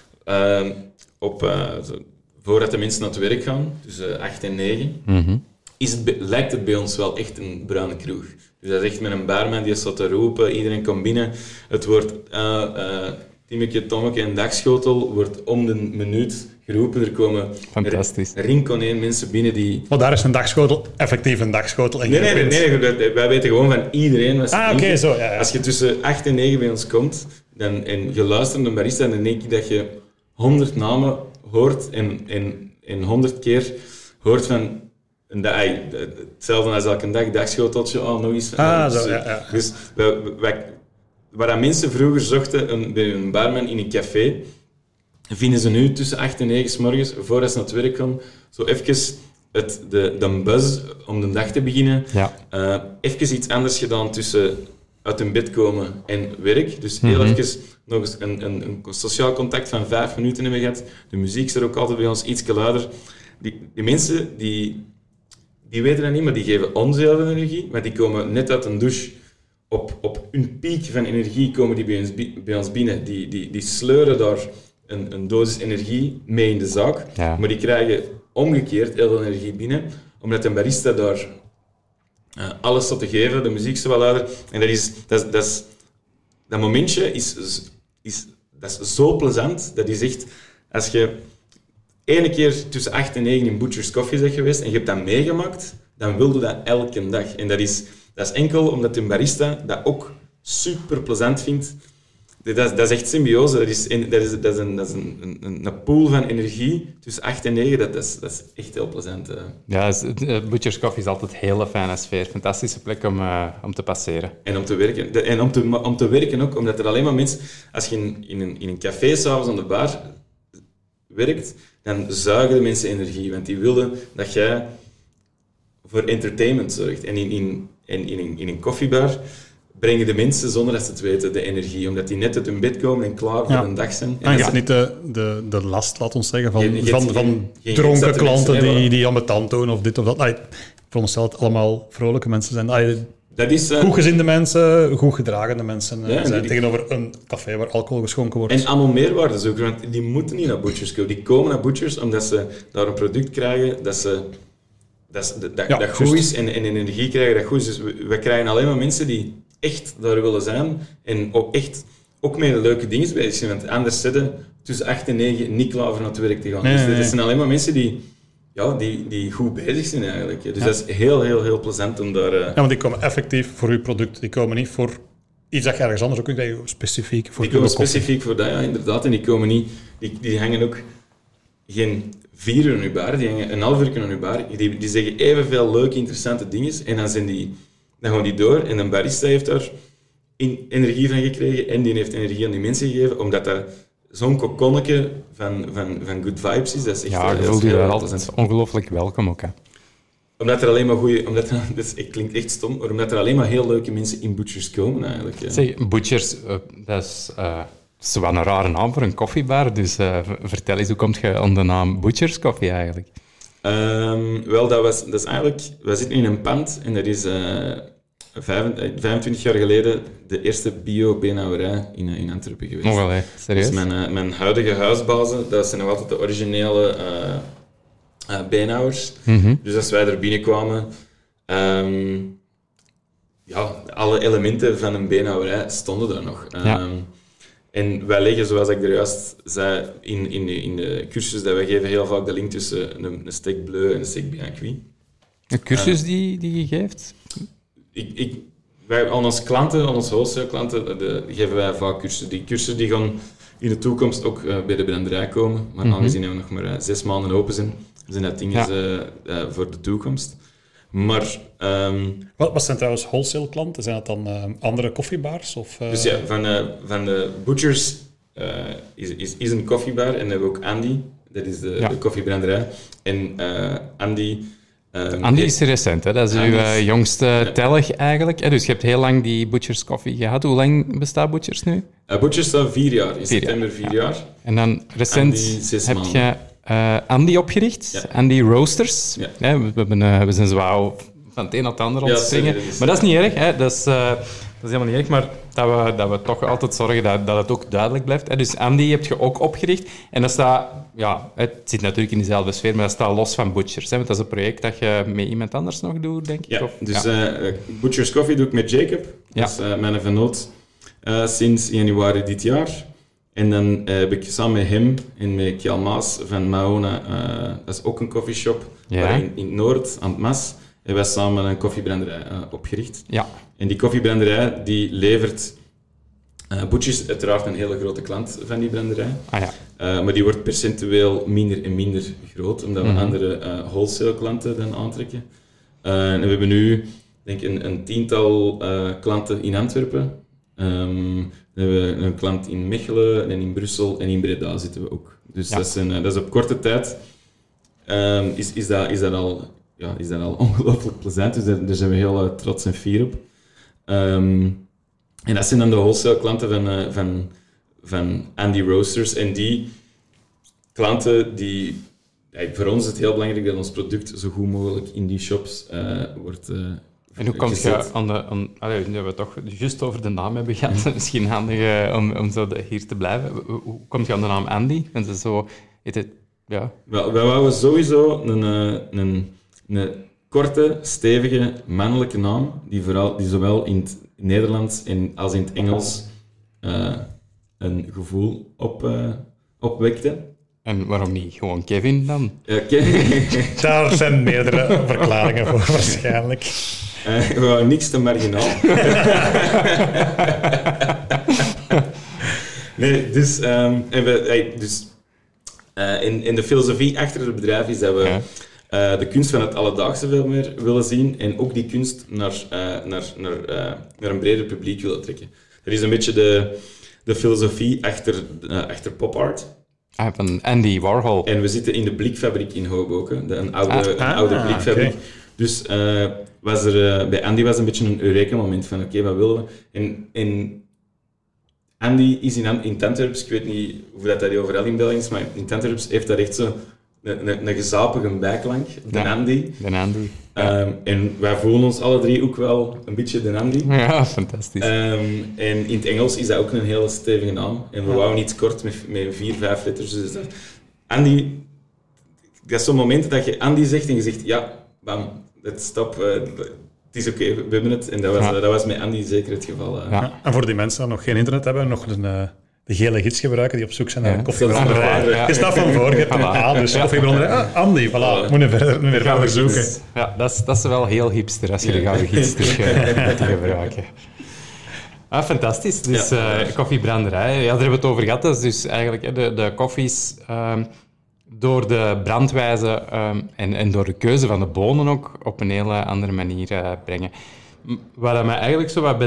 voordat de mensen naar het werk gaan, tussen 8 en 9, lijkt het bij ons wel echt een bruine kroeg. Dus dat is echt met een barman die staat te roepen, iedereen komt binnen. Het wordt Timmeke, Tommeke en Dagschotel wordt om de minuut geroepen. Er komen rinkoneen mensen binnen die...
Maar daar is een dagschotel, effectief een dagschotel. En
Nee, wij weten gewoon van iedereen wat ze drinken.
Zo, ja.
Als je tussen 8 en 9 bij ons komt en je luistert naar een barista, dan denk je dat je 100 namen hoort en 100 keer hoort van... hetzelfde als elke dag, dagschoteltje, nog eens. Dus waar mensen vroeger zochten bij een barman in een café, vinden ze nu tussen 8 en 9 's morgens, voordat ze naar het werk gaan, zo even de buzz om de dag te beginnen. Ja. Even iets anders gedaan tussen uit hun bed komen en werk. Dus heel even nog eens een sociaal contact van 5 minuten hebben gehad. De muziek is er ook altijd bij ons iets luider. Die mensen, die weten dat niet, maar die geven ons heel veel energie. Maar die komen net uit een douche. Op een piek van energie komen die bij ons binnen. Die sleuren daar een dosis energie mee in de zaak. Ja. Maar die krijgen omgekeerd heel veel energie binnen. Omdat een barista daar alles staat te geven. De muziek is wel luider. En dat momentje is zo plezant. Dat is echt... Als je ene keer tussen 8 en 9 in Butchers Coffee bent geweest en je hebt dat meegemaakt, dan wilde dat elke dag. En dat is enkel omdat een barista dat ook super plezant vindt. Dat is echt symbiose. Dat is een pool van energie tussen 8 en 9. Dat is echt heel plezant.
Ja, Butchers Coffee is altijd een hele fijne sfeer. Fantastische plek om te passeren.
En om te werken. En om te werken ook, omdat er alleen maar mensen... Als je in een café s'avonds aan de bar werkt, dan zuigen de mensen energie. Want die willen dat jij voor entertainment zorgt. En in een koffiebar brengen de mensen, zonder dat ze het weten, de energie. Omdat die net uit hun bed komen en klaar voor een dag zijn.
En je hebt niet de last, laat ons zeggen, van dronken klanten die ambetant doen of dit of dat. Ik veronderstel dat het allemaal vrolijke mensen zijn. Dat is, goedgezinde mensen, goed gedragende mensen zijn tegenover een café waar alcohol geschonken wordt.
En allemaal meerwaarde zoeken, want die moeten niet naar Butchers komen. Die komen naar Butchers omdat ze daar een product krijgen dat goed is en energie krijgen dat goed is. Dus we krijgen alleen maar mensen die echt daar willen zijn en ook met leuke dingen bezig zijn. Want anders zitten tussen 8 en 9 niet klaar voor naar het werk te gaan. Dus dat zijn alleen maar mensen die goed bezig zijn eigenlijk. Dus dat is heel, heel, heel plezant om daar...
Ja, want die komen effectief voor uw product. Die komen niet voor iets dat je ergens anders ook kunt krijgen, specifiek voor
die komen specifiek voor dat, ja, inderdaad. En die komen niet... Die hangen ook geen 4 uur aan uw bar, die hangen een half uur aan uw bar. Die zeggen evenveel leuke, interessante dingen en dan gaan die door. En een barista heeft daar energie van gekregen en die heeft energie aan die mensen gegeven, omdat daar zo'n kokonnetje van good vibes is. Dat is echt,
je voelt je daar altijd ongelooflijk welkom ook. Hè.
Omdat er alleen maar het klinkt echt stom, maar omdat er alleen maar heel leuke mensen in Butchers komen eigenlijk. Ja.
Zeg, Butchers, dat is wel een rare naam voor een koffiebar, dus vertel eens, hoe kom je aan de naam Butchers Coffee eigenlijk?
Wel, dat is eigenlijk... We zitten in een pand en dat is 25 jaar geleden de eerste bio-beenhouwerij in Antwerpen geweest.
Oh, wel, serieus?
Dus mijn huidige huisbazen, dat zijn nog altijd de originele beenhouwers. Mm-hmm. Dus als wij er binnenkwamen, alle elementen van een beenhouwerij stonden daar nog. En wij leggen, zoals ik er juist zei, in de cursus dat wij geven, heel vaak de link tussen een steak bleu en een steak bien cuit.
Een cursus die je geeft?
Wij aan onze klanten, aan onze wholesale-klanten, geven wij vaak cursussen. Die cursussen die gaan in de toekomst ook bij de branderij komen. Maar aangezien we nog maar 6 maanden open zijn dat dingen voor de toekomst. Maar...
Wat zijn trouwens wholesale klanten? Zijn dat dan andere koffiebars? Of,
Dus ja, van de Butchers is een koffiebar en dan hebben we ook Andy. Dat is de koffiebranderij. En Andy
Andy is recent, hè? Dat is uw jongste telg eigenlijk. Hè? Dus je hebt heel lang die Butcher's Coffee gehad. Hoe lang bestaat Butcher's nu?
Butcher's staat 4 jaar. In september 4 jaar.
En dan recent heb je Andy opgericht. Ja. Andy Roasters.
Ja.
We zijn zo van het een naar het ander ontspringen. Maar dat is niet erg. Hè? Dat is helemaal niet erg. Maar dat we toch altijd zorgen dat het ook duidelijk blijft. Hè? Dus Andy heb je ook opgericht. En dat staat... Ja, het zit natuurlijk in dezelfde sfeer, maar dat staat los van Butcher's. Hè? Want dat is een project dat je met iemand anders nog doet, denk ik.
Ja, dus Butcher's Coffee doe ik met Jacob. Dat is mijn vennoot sinds januari dit jaar. En dan heb ik samen met hem en met Kjell Maas van Maona, dat is ook een coffeeshop, in het Noord, aan het Mas, hebben wij samen een koffiebranderij opgericht. Ja. En die koffiebranderij die levert... Butcher's is uiteraard een hele grote klant van die branderij. Maar die wordt percentueel minder en minder groot, omdat we andere wholesale klanten dan aantrekken. En we hebben nu, denk ik, een 10-tal klanten in Antwerpen. We hebben een klant in Mechelen en in Brussel en in Breda zitten we ook. Dus dat is op korte tijd is dat al ongelooflijk plezant. Dus daar zijn we heel trots en fier op. En dat zijn dan de wholesale klanten van Andy Roasters. En die klanten, voor ons is het heel belangrijk dat ons product zo goed mogelijk in die shops wordt
en hoe komt je nu hebben we toch juist over de naam hebben gehad. Misschien handig om zo hier te blijven. Hoe kom je aan de naam Andy? Want het zo...
Wel, wij wouden sowieso een korte, stevige, mannelijke naam, die zowel in het Nederlands als in het Engels een gevoel opwekte.
En waarom niet gewoon Kevin dan?
Daar zijn meerdere verklaringen voor waarschijnlijk.
Gewoon niks te marginaal. Nee, dus... in de filosofie achter het bedrijf is dat we de kunst van het alledaagse veel meer willen zien en ook die kunst naar een breder publiek willen trekken. Dat is een beetje de filosofie achter pop art.
Van Andy Warhol.
En we zitten in de blikfabriek in Hoboken, een oude blikfabriek. Okay. Dus bij Andy was een beetje een Eureka-moment van oké, wat willen we? En Andy is in Tanterps, ik weet niet hoe dat overal in België is, maar in Tanterps heeft dat echt zo een gezapige bijklank, de Andy.
De Andy.
En wij voelen ons alle drie ook wel een beetje de Andy.
Ja, fantastisch.
En in het Engels is dat ook een hele stevige naam. En we wouden iets kort met 4-5 letters. Dus Andy, dat is zo'n moment dat je Andy zegt en je zegt, ja, bam, stop, het is oké, we hebben het. En dat was met Andy zeker het geval.
En voor die mensen die nog geen internet hebben, nog de gele gids gebruiken die op zoek zijn naar een koffiebranderij. Je staat van voor, je hebt een A, dus koffiebranderij. Andy, voilà, moet je verder zoeken.
Ja, dat is wel heel hipster als je de gouden gids terug te gebruiken. Fantastisch. Dus koffiebranderij, daar hebben we het over gehad. Dat is dus eigenlijk de koffies... door de brandwijze en door de keuze van de bonen ook op een hele andere manier brengen. Wat dat mij eigenlijk zo wat bij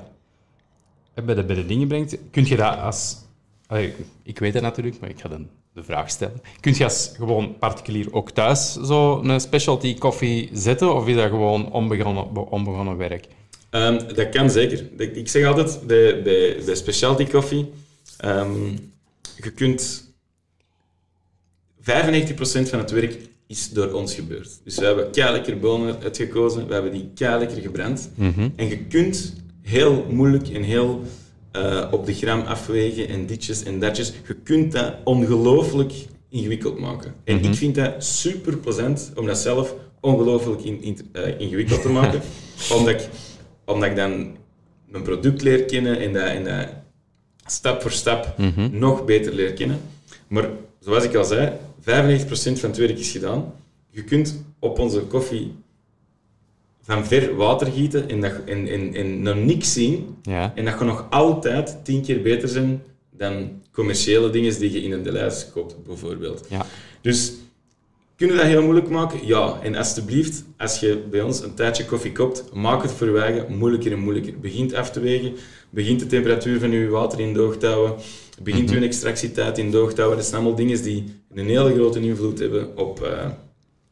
de dingen brengt, kun je dat als... ik weet het natuurlijk, maar ik ga dan de vraag stellen. Kun je als gewoon particulier ook thuis zo een specialty koffie zetten, of is dat gewoon onbegonnen werk?
Dat kan zeker. Ik zeg altijd, bij specialty koffie, je kunt... 95% van het werk is door ons gebeurd. Dus we hebben keilekker bonen uitgekozen, we hebben die keilekker gebrand. Mm-hmm. En je kunt heel moeilijk en heel op de gram afwegen en ditjes en datjes. Je kunt dat ongelooflijk ingewikkeld maken. En ik vind dat super plezant om dat zelf ongelooflijk ingewikkeld te maken. omdat ik dan mijn product leer kennen en dat stap voor stap nog beter leer kennen. Maar zoals ik al zei, 95% van het werk is gedaan. Je kunt op onze koffie van ver water gieten en nog niks zien. Ja. En dat gaat nog altijd 10 keer beter zijn dan commerciële dingen die je in een Deleuze koopt, bijvoorbeeld. Ja. Dus, kunnen we dat heel moeilijk maken? Ja. En alsjeblieft, als je bij ons een tijdje koffie koopt, maak het voor wij moeilijker en moeilijker. Begint af te wegen, begint de temperatuur van je water in doog te houden, begint je extractietijd in doog te houden. Dat zijn allemaal dingen die een hele grote invloed hebben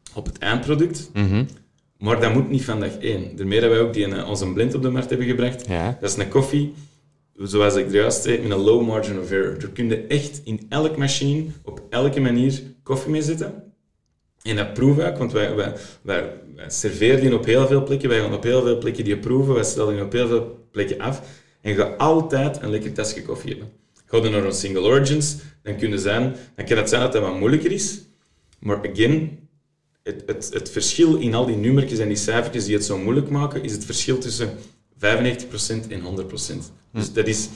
op het eindproduct. Maar dat moet niet van dag 1. Daarmee dat wij ook onze blend op de markt hebben gebracht.
Ja. Dat
is een koffie, zoals ik er juist zei, met een low margin of error. Er kun je echt in elk machine, op elke manier, koffie mee zetten. En dat proeven we ook, want wij serveren die op heel veel plekken. Wij gaan op heel veel plekken die proeven. Wij stellen die op heel veel plekken af. En je gaat altijd een lekker tasje koffie hebben. Ga je naar een single origins, dan kan het zijn dat dat wat moeilijker is. Maar again, het verschil in al die nummertjes en die cijfertjes die het zo moeilijk maken, is het verschil tussen 95% en 100%. Dus dat is...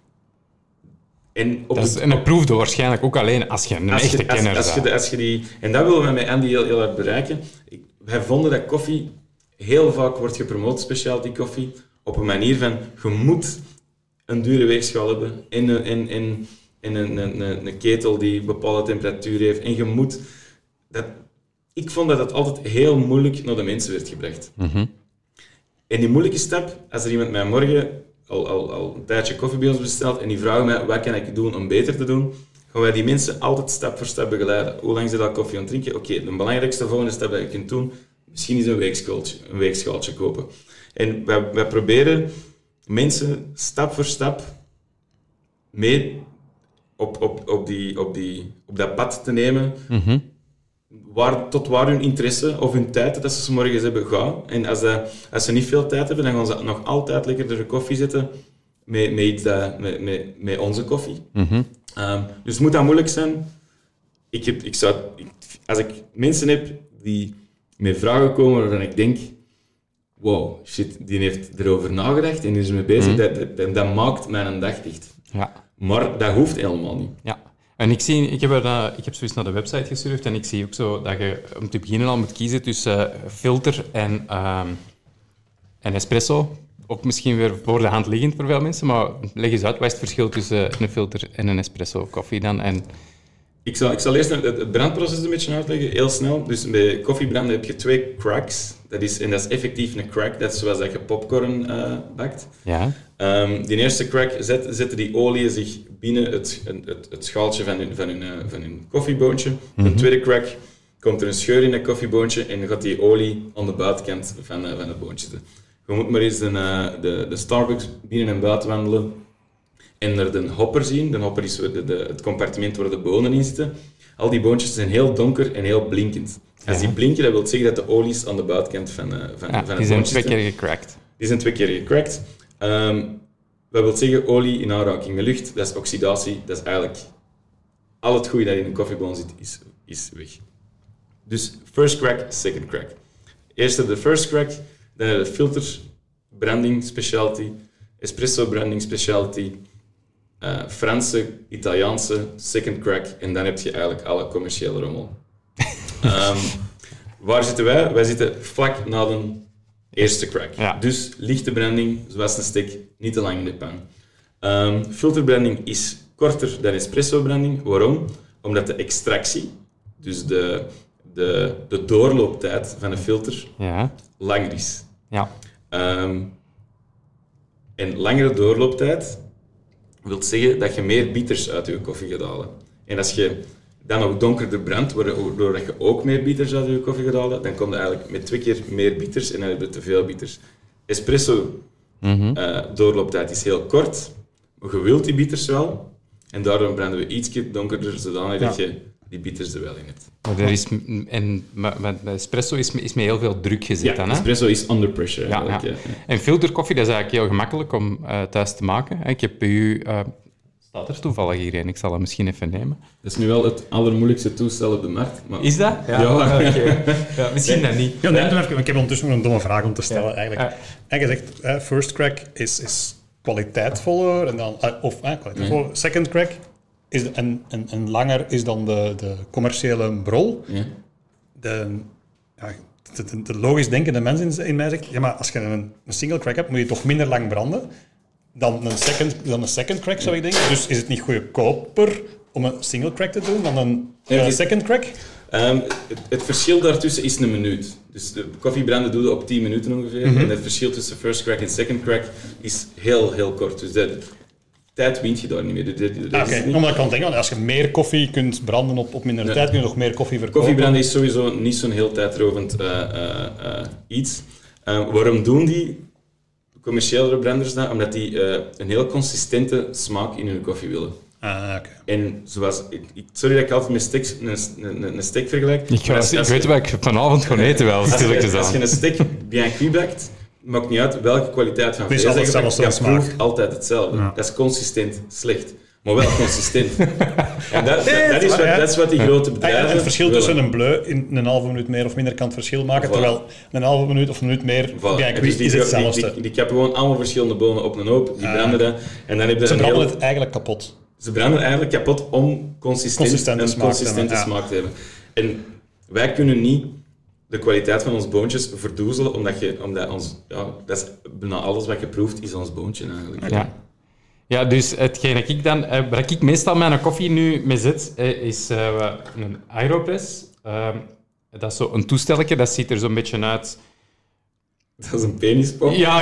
En
dat proefde waarschijnlijk ook alleen als je een echte kenner bent.
En dat willen we met Andy heel hard bereiken. Wij vonden dat koffie heel vaak wordt gepromoot, specialty koffie, op een manier van, je moet een dure weegschaal hebben en een ketel die een bepaalde temperatuur heeft. En je moet... Ik vond dat het altijd heel moeilijk naar de mensen werd gebracht. En die moeilijke stap, als er iemand mij morgen al een tijdje koffie bij ons bestelt en die vraagt mij, wat kan ik doen om beter te doen, gaan wij die mensen altijd stap voor stap begeleiden. Hoe lang ze dat koffie aan het drinken? Oké, de belangrijkste volgende stap dat je kunt doen, misschien is een weegschaaltje kopen. En wij proberen mensen stap voor stap mee op dat pad te nemen, tot waar hun interesse of hun tijd dat ze 's morgens hebben gaan. En als ze niet veel tijd hebben, dan gaan ze nog altijd lekker de koffie zetten met onze koffie. Dus het moet dat moeilijk zijn. Als ik mensen heb die met vragen komen waarvan ik denk, wow, shit, die heeft erover nagedacht en die is ermee bezig, dat maakt mijn dag echt.
Ja.
Maar dat hoeft helemaal niet.
Ja. En ik heb zoiets naar de website gesurfd en ik zie ook zo dat je om te beginnen al moet kiezen tussen filter en espresso. Ook misschien weer voor de hand liggend voor veel mensen, maar leg eens uit, wat is het verschil tussen een filter en een espresso koffie dan? En...
Ik zal eerst het brandproces een beetje uitleggen, heel snel. Dus bij koffiebranden heb je 2 cracks. Dat is effectief een crack, dat is zoals dat je popcorn bakt.
Ja.
Die eerste crack zetten die oliën zich binnen het schaaltje van hun koffieboontje. De tweede crack komt er een scheur in dat koffieboontje en gaat die olie aan de buitenkant van het boontje zitten. Je moet maar eens de Starbucks binnen en buiten wandelen en naar de hopper zien. De hopper is het compartiment waar de bonen in zitten. Al die boontjes zijn heel donker en heel blinkend. Als die blinken, dat wil zeggen dat de olies aan de buitenkant van het boontje zitten.
Die zijn 2 keer gecrackt.
Die zijn 2 keer gecrackt. Dat wil zeggen, olie in aanraking met lucht, dat is oxidatie. Dat is eigenlijk al het goede dat in een koffieboon zit, is weg. Dus first crack, second crack. Eerst de first crack, dan de filter branding specialty, espresso branding specialty, Franse, Italiaanse, second crack, en dan heb je eigenlijk alle commerciële rommel. Waar zitten wij? Wij zitten vlak na de eerste crack.
Ja.
Dus lichte branding, zoals een steak, niet te lang in de pan. Filterbranding is korter dan espresso branding. Waarom? Omdat de extractie, dus de doorlooptijd van een filter, langer is.
Ja.
En langere doorlooptijd wil zeggen dat je meer bitters uit je koffie gaat halen. En als je dan ook donkerder brandt, waardoor je ook meer bitters uit je koffie gaat halen, dan kom je eigenlijk met 2 keer meer bitters en dan heb je te veel bitters. Espresso doorlooptijd is heel kort, maar je wilt die bitters wel. En daarom branden we ietsje donkerder, zodanig dat je die bitters er wel in hebt.
Maar espresso is met heel veel druk gezet dan, hè?
Espresso is under pressure.
Ja. En filterkoffie, dat is eigenlijk heel gemakkelijk om thuis te maken. Ik heb bij u... staat er toevallig hierin, ik zal hem misschien even nemen.
Dat is nu wel het allermoeilijkste toestel op de markt. Maar...
Is dat? Ja. Okay. Ja, misschien dat niet.
Ja, ik heb ondertussen nog een domme vraag om te stellen. Eigenlijk. En je zegt, first crack is kwaliteitvoller, en dan, kwaliteitvoller. Second crack is en langer is dan de commerciële brol. Ja. De logisch denkende mens in mij zegt, ja, maar als je een single crack hebt, moet je toch minder lang branden dan een second crack, zou ik denken. Dus is het niet goedkoper om een single crack te doen dan een second crack?
Het verschil daartussen is een minuut. Dus de koffiebranden doe je op 10 minuten ongeveer. En het verschil tussen first crack en second crack is heel, heel kort. Dus tijd wint je daar niet meer.
Oké, omdat ik kan denken, als je meer koffie kunt branden op minder tijd, kun je nog meer koffie verkopen.
Koffiebranden is sowieso niet zo'n heel tijdrovend iets. Waarom doen die commerciële branders dat? Omdat die een heel consistente smaak in hun koffie willen.
Okay.
En zoals... Sorry dat ik altijd met een steak vergelijk.
Ik weet wat ik vanavond ga eten wel. Als
je een steak bien cuit bakt, maakt niet uit welke kwaliteit van vlees je proeft altijd hetzelfde. Ja. Dat is consistent slecht. Maar wel consistent. En dat is wat die grote bedrijven...
Het verschil tussen een bleu in een halve minuut meer of minder kan het verschil maken, terwijl een halve minuut of een minuut meer
dus
is hetzelfde.
Die kappen gewoon allemaal verschillende bonen op een hoop, die branden dat. En dan heb je
ze branden het eigenlijk kapot.
Ze branden eigenlijk kapot om consistente smaak te hebben. En wij kunnen niet de kwaliteit van ons boontjes verdoezelen, omdat ons... Ja, dat is bijna alles wat je proeft, is ons boontje eigenlijk.
Ja. Ja, dus hetgeen dat ik dan... waar ik meestal mijn koffie nu mee zet, is een Aeropress. Dat is zo een toestelletje, dat ziet er zo'n beetje uit...
Dat is een penispomp?
Ja.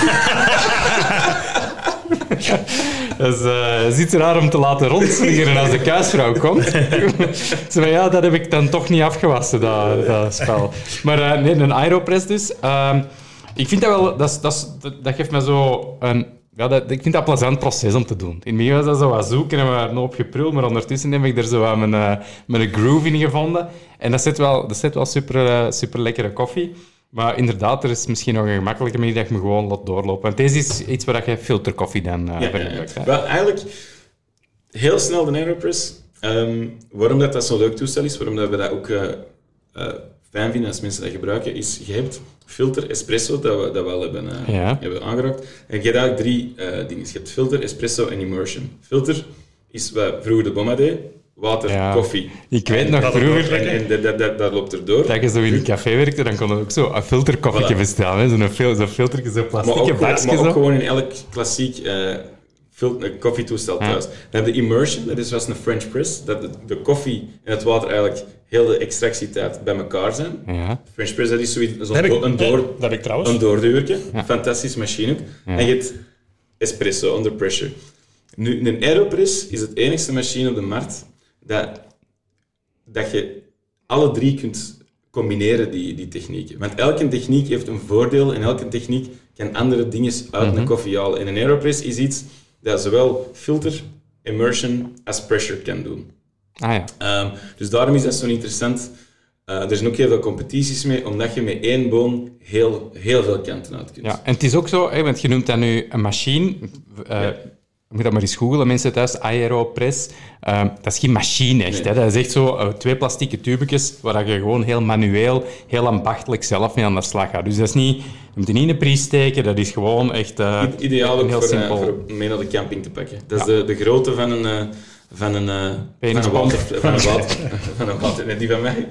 Dat is iets raar om te laten rondslingeren als de kuisvrouw komt. Zo, ja, dat heb ik dan toch niet afgewassen, dat spel. Maar nee, een Aeropress dus. Ik vind dat wel... Dat geeft me zo een... Ja, ik vind dat een plezant proces om te doen. In het begin was dat zo wat zoeken en we een hoop geprul, maar ondertussen heb ik er zo wat mijn groove in gevonden. En dat zit wel super lekkere koffie. Maar inderdaad, er is misschien nog een gemakkelijke manier dat je me gewoon laat doorlopen. Want deze is iets waar je filterkoffie dan gebruikt.
Ja. Wel, eigenlijk heel snel de Aeropress. Waarom dat zo'n leuk toestel is, waarom dat we dat ook fijn vinden als mensen dat gebruiken, is je hebt filter, espresso, dat we al hebben aangeraakt. En je hebt eigenlijk 3 dingen. Je hebt filter, espresso en immersion. Filter is wat vroeger de bomma deed. Water, koffie.
Ik weet nog vroeger...
En dat loopt erdoor.
Dat je zo in een café werkte, dan kon je ook zo een filterkoffietje bestellen. Zo'n filtertje, zo'n plastic bakje.
Maar ook gewoon in elk klassiek koffietoestel thuis. Dan heb je immersion, dat is zoals een French press. Dat de koffie en het water eigenlijk heel de extractietijd bij elkaar zijn.
Ja.
French press, dat is zoiets,
dat heb ik trouwens.
Een doorduwertje. Ja. Fantastische machine ook. Ja. En je hebt espresso, under pressure. Nu, een Aeropress is het enigste machine op de markt dat je alle 3 kunt combineren, die technieken. Want elke techniek heeft een voordeel en elke techniek kan andere dingen uit een koffie halen. En een Aeropress is iets dat zowel filter, immersion als pressure kan doen. Dus daarom is dat zo interessant. Er zijn ook heel veel competities mee, omdat je met 1 boon heel veel kanten uit kunt.
Ja, en het is ook zo, want je noemt dat nu een machine... Je moet dat maar eens googlen, mensen thuis, Aeropress. Dat is geen machine echt. Nee. Hè. Dat is echt zo 2 plastieke tubetjes waar je gewoon heel manueel, heel ambachtelijk zelf mee aan de slag gaat. Dus dat is niet... Je moet er niet in de pries steken, dat is gewoon echt
ideaal ook
heel simpel.
Voor mee naar de camping te pakken. Dat is de grootte van een water. Net die van mij.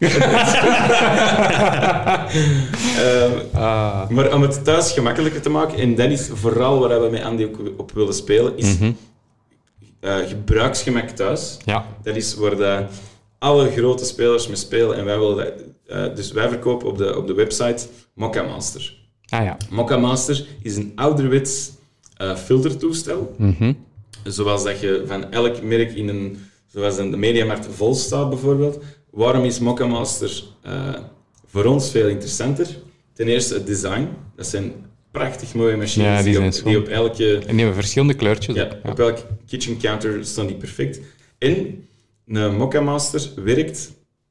Maar om het thuis gemakkelijker te maken, en dat is vooral waar we met Andy ook op willen spelen, is gebruiksgemak thuis.
Ja.
Dat is waar alle grote spelers mee spelen. En wij willen dat, dus wij verkopen op de website Mokka Master. Mokka Master is een ouderwets filtertoestel. Zoals dat je van elk merk zoals in de Mediamarkt vol staat bijvoorbeeld. Waarom is Mokka Master voor ons veel interessanter? Ten eerste het design. Dat zijn prachtig mooie machines die op elke...
En die hebben verschillende kleurtjes.
Op elke kitchen counter staan die perfect. En een Mokka Master werkt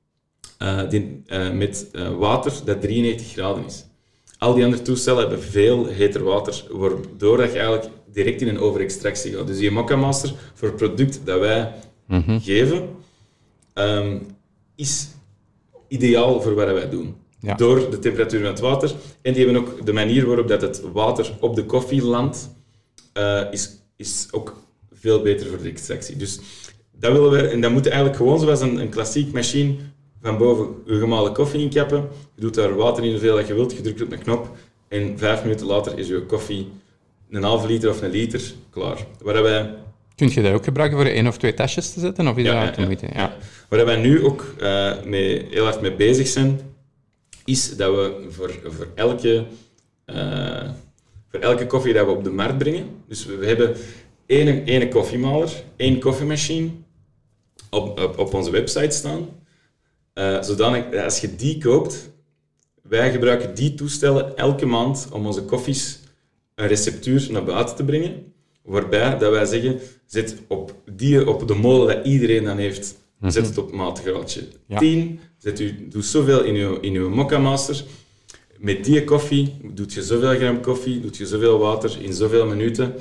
met water dat 93 graden is. Al die andere toestellen hebben veel heter water, waardoor dat je eigenlijk direct in een overextractie gaat. Dus die Mokka Master, voor het product dat wij geven, is ideaal voor wat wij doen. Ja. Door de temperatuur van het water. En die hebben ook de manier waarop dat het water op de koffie landt, is ook veel beter voor de extractie. Dus dat willen we, en dat moet eigenlijk gewoon zoals een klassiek machine van boven je gemalen koffie inkappen. Je doet daar water in hoeveel dat je wilt, je drukt op een knop en 5 minuten later is je koffie een halve liter of een liter klaar.
Kun je dat ook gebruiken voor 1 of 2 tasjes te zetten? Of is dat te moeite? Ja.
Waar wij nu ook heel hard mee bezig zijn, is dat we voor elke koffie dat we op de markt brengen, dus we hebben ene koffiemaler, 1 koffiemachine op onze website staan. Zodanig, als je die koopt, wij gebruiken die toestellen elke maand om onze koffies een receptuur naar buiten te brengen, waarbij dat wij zeggen, zet op de molen dat iedereen dan heeft, zet het op maatgraadje 10, doe zoveel in uw Mokka Master. Met die koffie doe je zoveel gram koffie, doe je zoveel water in zoveel minuten.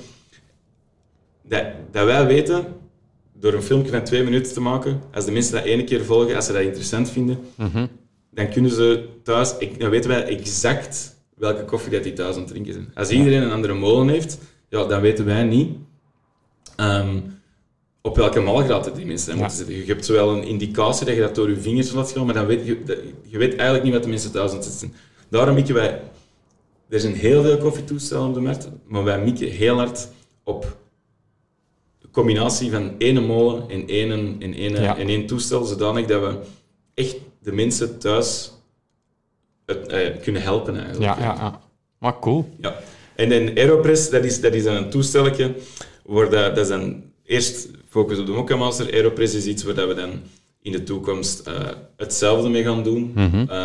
Dat wij weten, door een filmpje van 2 minuten te maken, als de mensen dat 1 keer volgen, als ze dat interessant vinden, dan kunnen ze thuis, dan weten wij exact welke koffie dat die thuis aan het drinken zijn. Als iedereen een andere molen heeft, dan weten wij niet op welke malgraad die mensen moeten zitten. Je hebt zowel een indicatie dat je dat door je vingers laat gaan, maar dan weet je weet eigenlijk niet wat de mensen thuis aan het zitten zijn. Daarom mikken wij... Er zijn heel veel koffietoestellen op de markt, maar wij mikken heel hard op de combinatie van 1 molen en één toestel, zodanig dat we echt de mensen thuis kunnen helpen eigenlijk.
Ja. Maar cool.
Ja. En de Aeropress, dat is dan een toestelletje, dat is dan eerst focus op de Mokka Master. Aeropress is iets waar we dan in de toekomst hetzelfde mee gaan doen.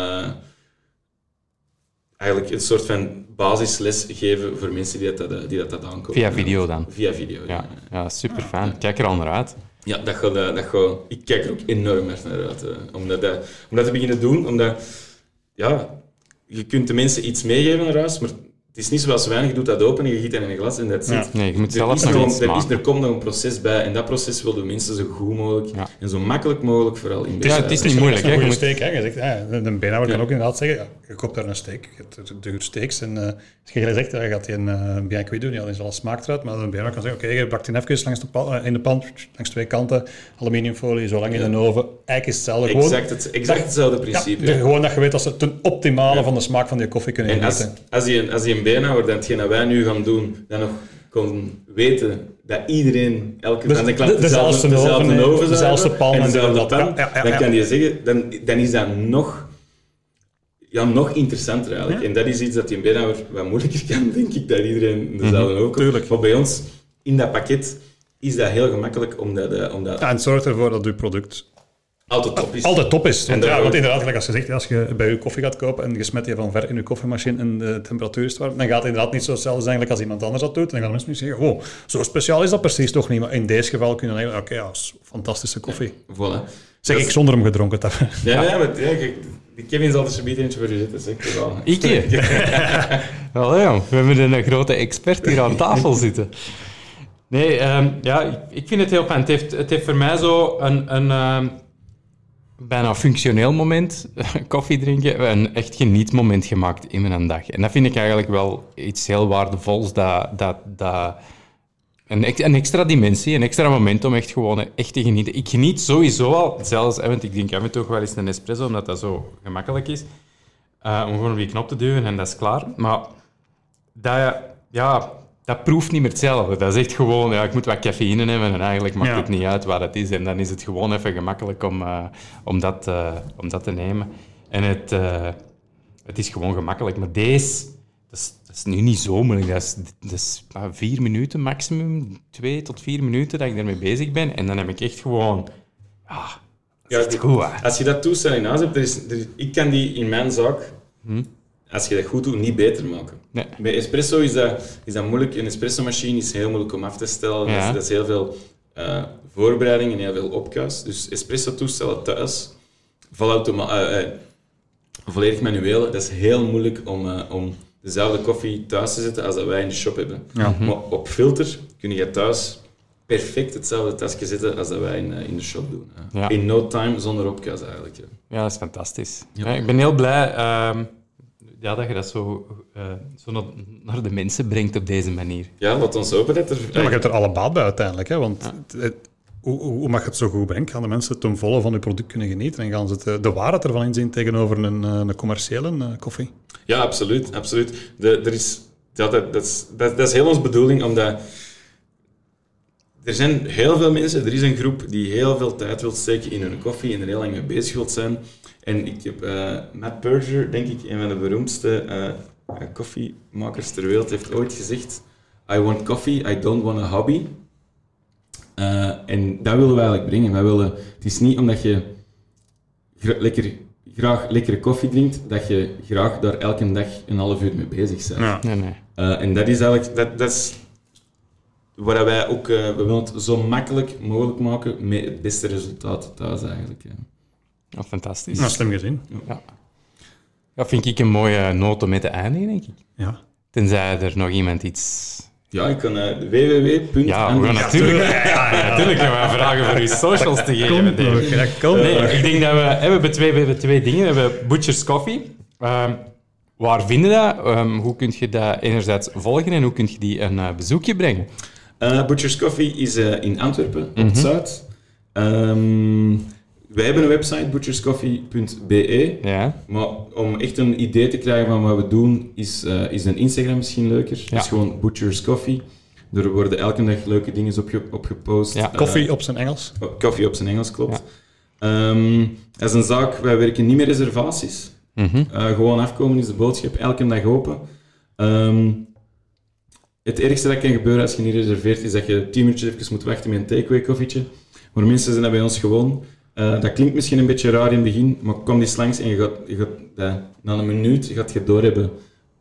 Eigenlijk een soort van basisles geven voor mensen die dat aankomen.
Via video dan?
Via video,
ja. Super fijn. Kijk er al naar uit.
Ja, dat gaat, ik kijk er ook enorm erg naar uit. Om dat te beginnen doen, omdat je kunt de mensen iets meegeven naar huis, maar het is niet zoals weinig, je doet dat open en je giet dat in een glas en dat zit.
Nee, je moet zelf nog iets maken.
Er komt nog een proces bij en dat proces willen de mensen zo goed mogelijk en zo makkelijk mogelijk vooral in.
Ja, het is niet moeilijk.
Een goede steak, hè. Je zegt, een beenhouwer kan ook inderdaad zeggen, je koopt daar een steak, je hebt de steaks en als je zegt, je gaat die een bien cuit doen, is al smaak eruit, maar een beenhouwer kan zeggen, je bakt die even langs in de pan, langs 2 kanten, aluminiumfolie, zo lang in de oven, eigenlijk is hetzelfde.
Exact hetzelfde principe.
Gewoon dat je weet dat ze ten optimale van de smaak van die koffie kunnen genieten.
En als je een beenhouwer, dan hetgeen dat wij nu gaan doen, dan nog kon weten dat iedereen, elke van de klanten dezelfde oven zou
dezelfde pan
en dezelfde pan, dan kan je zeggen, dan is dat nog interessanter eigenlijk. En dat is iets dat die een beenhouwer wat moeilijker kan, denk ik, dat iedereen dezelfde oven koopt. Maar bij ons, in dat pakket, is dat heel gemakkelijk, omdat
en het zorgt ervoor dat uw product
altijd top is.
Altijd top is. Want inderdaad, gelijk als je zegt, als je bij je koffie gaat kopen en je smet die van ver in je koffiemachine en de temperatuur is warm, dan gaat het inderdaad niet zo hetzelfde zijn als iemand anders dat doet. En dan gaan mensen zeggen, oh, zo speciaal is dat precies toch niet. Maar in deze geval kunnen we zeggen, oké, fantastische koffie.
Voilà.
Zeg ik zonder hem gedronken te hebben.
Ja, maar Kevin zal er zo'n beetje eentje voor je zitten, zeg wel.
Ik wel, jong. We hebben een grote expert hier aan tafel zitten. Nee, ik vind het heel fijn. Het heeft voor mij zo een bijna functioneel moment, koffie drinken, een echt genietmoment gemaakt in mijn dag. En dat vind ik eigenlijk wel iets heel waardevols, een extra dimensie, een extra moment om echt gewoon echt te genieten. Ik geniet sowieso al, zelfs, want ik drink af en toe wel eens een espresso, omdat dat zo gemakkelijk is, om gewoon op die knop te duwen en dat is klaar. Maar dat proeft niet meer hetzelfde. Dat is echt gewoon, ik moet wat cafeïne hebben en eigenlijk maakt het niet uit wat het is. En dan is het gewoon even gemakkelijk om dat te nemen. En het is gewoon gemakkelijk. Maar deze, dat is nu niet zo moeilijk. Dat is 4 minuten maximum, 2 tot 4 minuten dat ik daarmee bezig ben. En dan heb ik echt gewoon... dat is echt goed, hè.
Als je dat toestel in huis hebt, ik kan die in mijn zaak... Als je dat goed doet, niet beter maken.
Nee.
Bij espresso is dat moeilijk. Een espresso-machine is heel moeilijk om af te stellen.
Ja.
Dat is heel veel voorbereiding en heel veel opkuis. Dus espresso-toestellen thuis, volledig manueel, dat is heel moeilijk om dezelfde koffie thuis te zetten als dat wij in de shop hebben.
Ja.
Maar op filter kun je thuis perfect hetzelfde tasje zetten als dat wij in de shop doen.
Ja.
In no time, zonder opkuis eigenlijk.
Ja, dat is fantastisch. Ja. Ik ben heel blij... dat je dat zo naar de mensen brengt op deze manier.
Ja, laat ons hopen dat er...
Ja, maar je hebt er alle baat bij uiteindelijk. Hè? Want hoe mag je het zo goed brengen? Gaan de mensen ten volle van je product kunnen genieten? En gaan ze de waarheid ervan inzien tegenover een commerciële koffie?
Ja, absoluut. Dat is heel ons bedoeling, omdat... Er zijn heel veel mensen, er is een groep die heel veel tijd wil steken in hun koffie en er heel lang mee bezig wil zijn. En ik heb Matt Berger, denk ik, een van de beroemdste koffiemakers ter wereld, heeft ooit gezegd: I want coffee, I don't want a hobby. En dat willen we eigenlijk brengen. Het is niet omdat je graag lekkere koffie drinkt, dat je graag daar elke dag een half uur mee bezig bent.
Ja.
Nee.
En dat is eigenlijk... Dat is waar wij ook... we willen het zo makkelijk mogelijk maken met het beste resultaat thuis eigenlijk.
Ja, fantastisch.
Nou, slim gezien.
Ja. Dat vind ik een mooie noot om mee te eindigen, denk ik.
Ja.
Tenzij er nog iemand iets...
Ja, ik kan www.
Ja, we gaan natuurlijk... Natuurlijk gaan we vragen voor uw socials te geven, Dave.
Dat komt
Nee,
nog.
ik denk dat we hebben twee dingen. We hebben Butcher's Coffee. Waar vinden dat? Hoe kun je dat enerzijds volgen en hoe kun je die een bezoekje brengen?
Butcher's Coffee is in Antwerpen, op het Zuid. Wij hebben een website, butcherscoffee.be.
Ja.
Maar om echt een idee te krijgen van wat we doen, is een Instagram misschien leuker.
Ja.
Dus gewoon Butcher's Coffee. Er worden elke dag leuke dingen op gepost.
Ja.
Koffie op zijn Engels.
Koffie op zijn Engels, klopt. Dat is een zaak, wij werken niet met reservaties. Gewoon afkomen is de boodschap, elke dag open. Het ergste dat kan gebeuren als je niet reserveert, is dat je 10 minuutjes even moet wachten met een takeaway koffietje. Maar mensen zijn dat bij ons gewoon. Dat klinkt misschien een beetje raar in het begin, maar kom eens langs en je gaat na een minuut gaat je doorhebben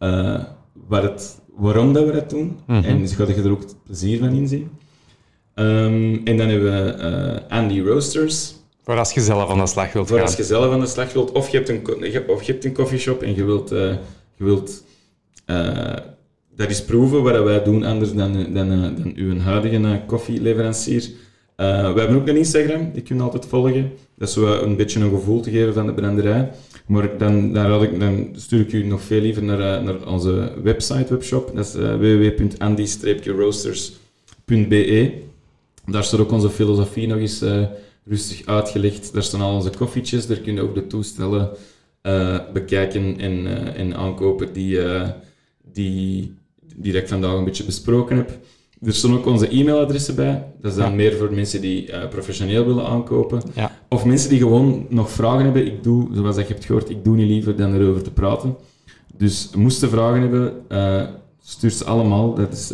waarom dat we dat doen. En dus gaat je er ook het plezier van inzien. En dan hebben we Andy Roasters.
Voor als je zelf aan de slag wilt
Voor
gaan.
als je zelf aan de slag wilt, of je hebt een coffeeshop en je wilt dat is proeven wat wij doen anders dan uw huidige koffieleverancier. We hebben ook een Instagram, die kun je altijd volgen. Dat is zo een beetje een gevoel te geven van de branderij. Maar dan stuur ik u nog veel liever naar onze webshop. Dat is www.andy-roasters.be. Daar staat ook onze filosofie nog eens rustig uitgelegd. Daar staan al onze koffietjes. Daar kun je ook de toestellen bekijken en aankopen die ik vandaag een beetje besproken heb. Er staan ook onze e-mailadressen bij. Dat is dan meer voor mensen die professioneel willen aankopen.
Ja.
Of mensen die gewoon nog vragen hebben. Ik doe, zoals je hebt gehoord, ik doe niet liever dan erover te praten. Dus moesten vragen hebben, stuur ze allemaal. Dat is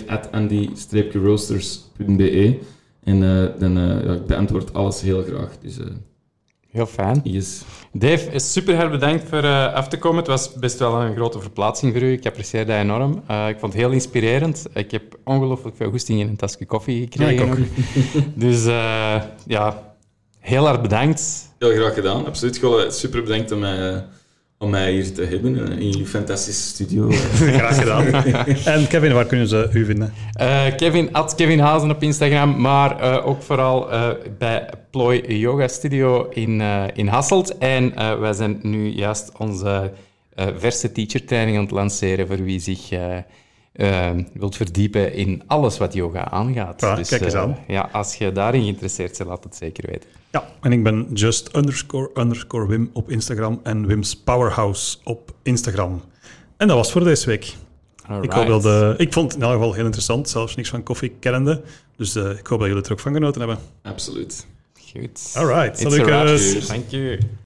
dave@andy-roasters.be. En ik beantwoord alles heel graag. Dus,
Heel fijn.
yes.
Dave, super hard bedankt voor af te komen. Het was best wel een grote verplaatsing voor u. Ik apprecieer dat enorm. Ik vond het heel inspirerend. Ik heb ongelooflijk veel goesting in een tasje koffie gekregen.
Ja, ik ook.
Dus heel hard bedankt.
Heel graag gedaan. Absoluut. Gewoon super bedankt om mij hier te hebben in jullie fantastische studio.
Graag gedaan. En Kevin, waar kunnen ze u vinden?
Kevin Hazen op Instagram, maar ook vooral bij Plooi Yoga Studio in Hasselt. En wij zijn nu juist onze verse teachertraining aan het lanceren voor wie zich wilt verdiepen in alles wat yoga aangaat.
Ja, kijk eens aan.
Ja, als je daarin geïnteresseerd bent, laat het zeker weten.
Ja, en ik ben just__Wim op Instagram en Wim's Powerhouse op Instagram. En dat was voor deze week. Ik vond het in elk geval heel interessant, zelfs niks van koffie kennende. Dus ik hoop dat jullie er ook van genoten hebben.
Absoluut.
Goed.
All right.
It's a wrap.
Salukes.
Thank you.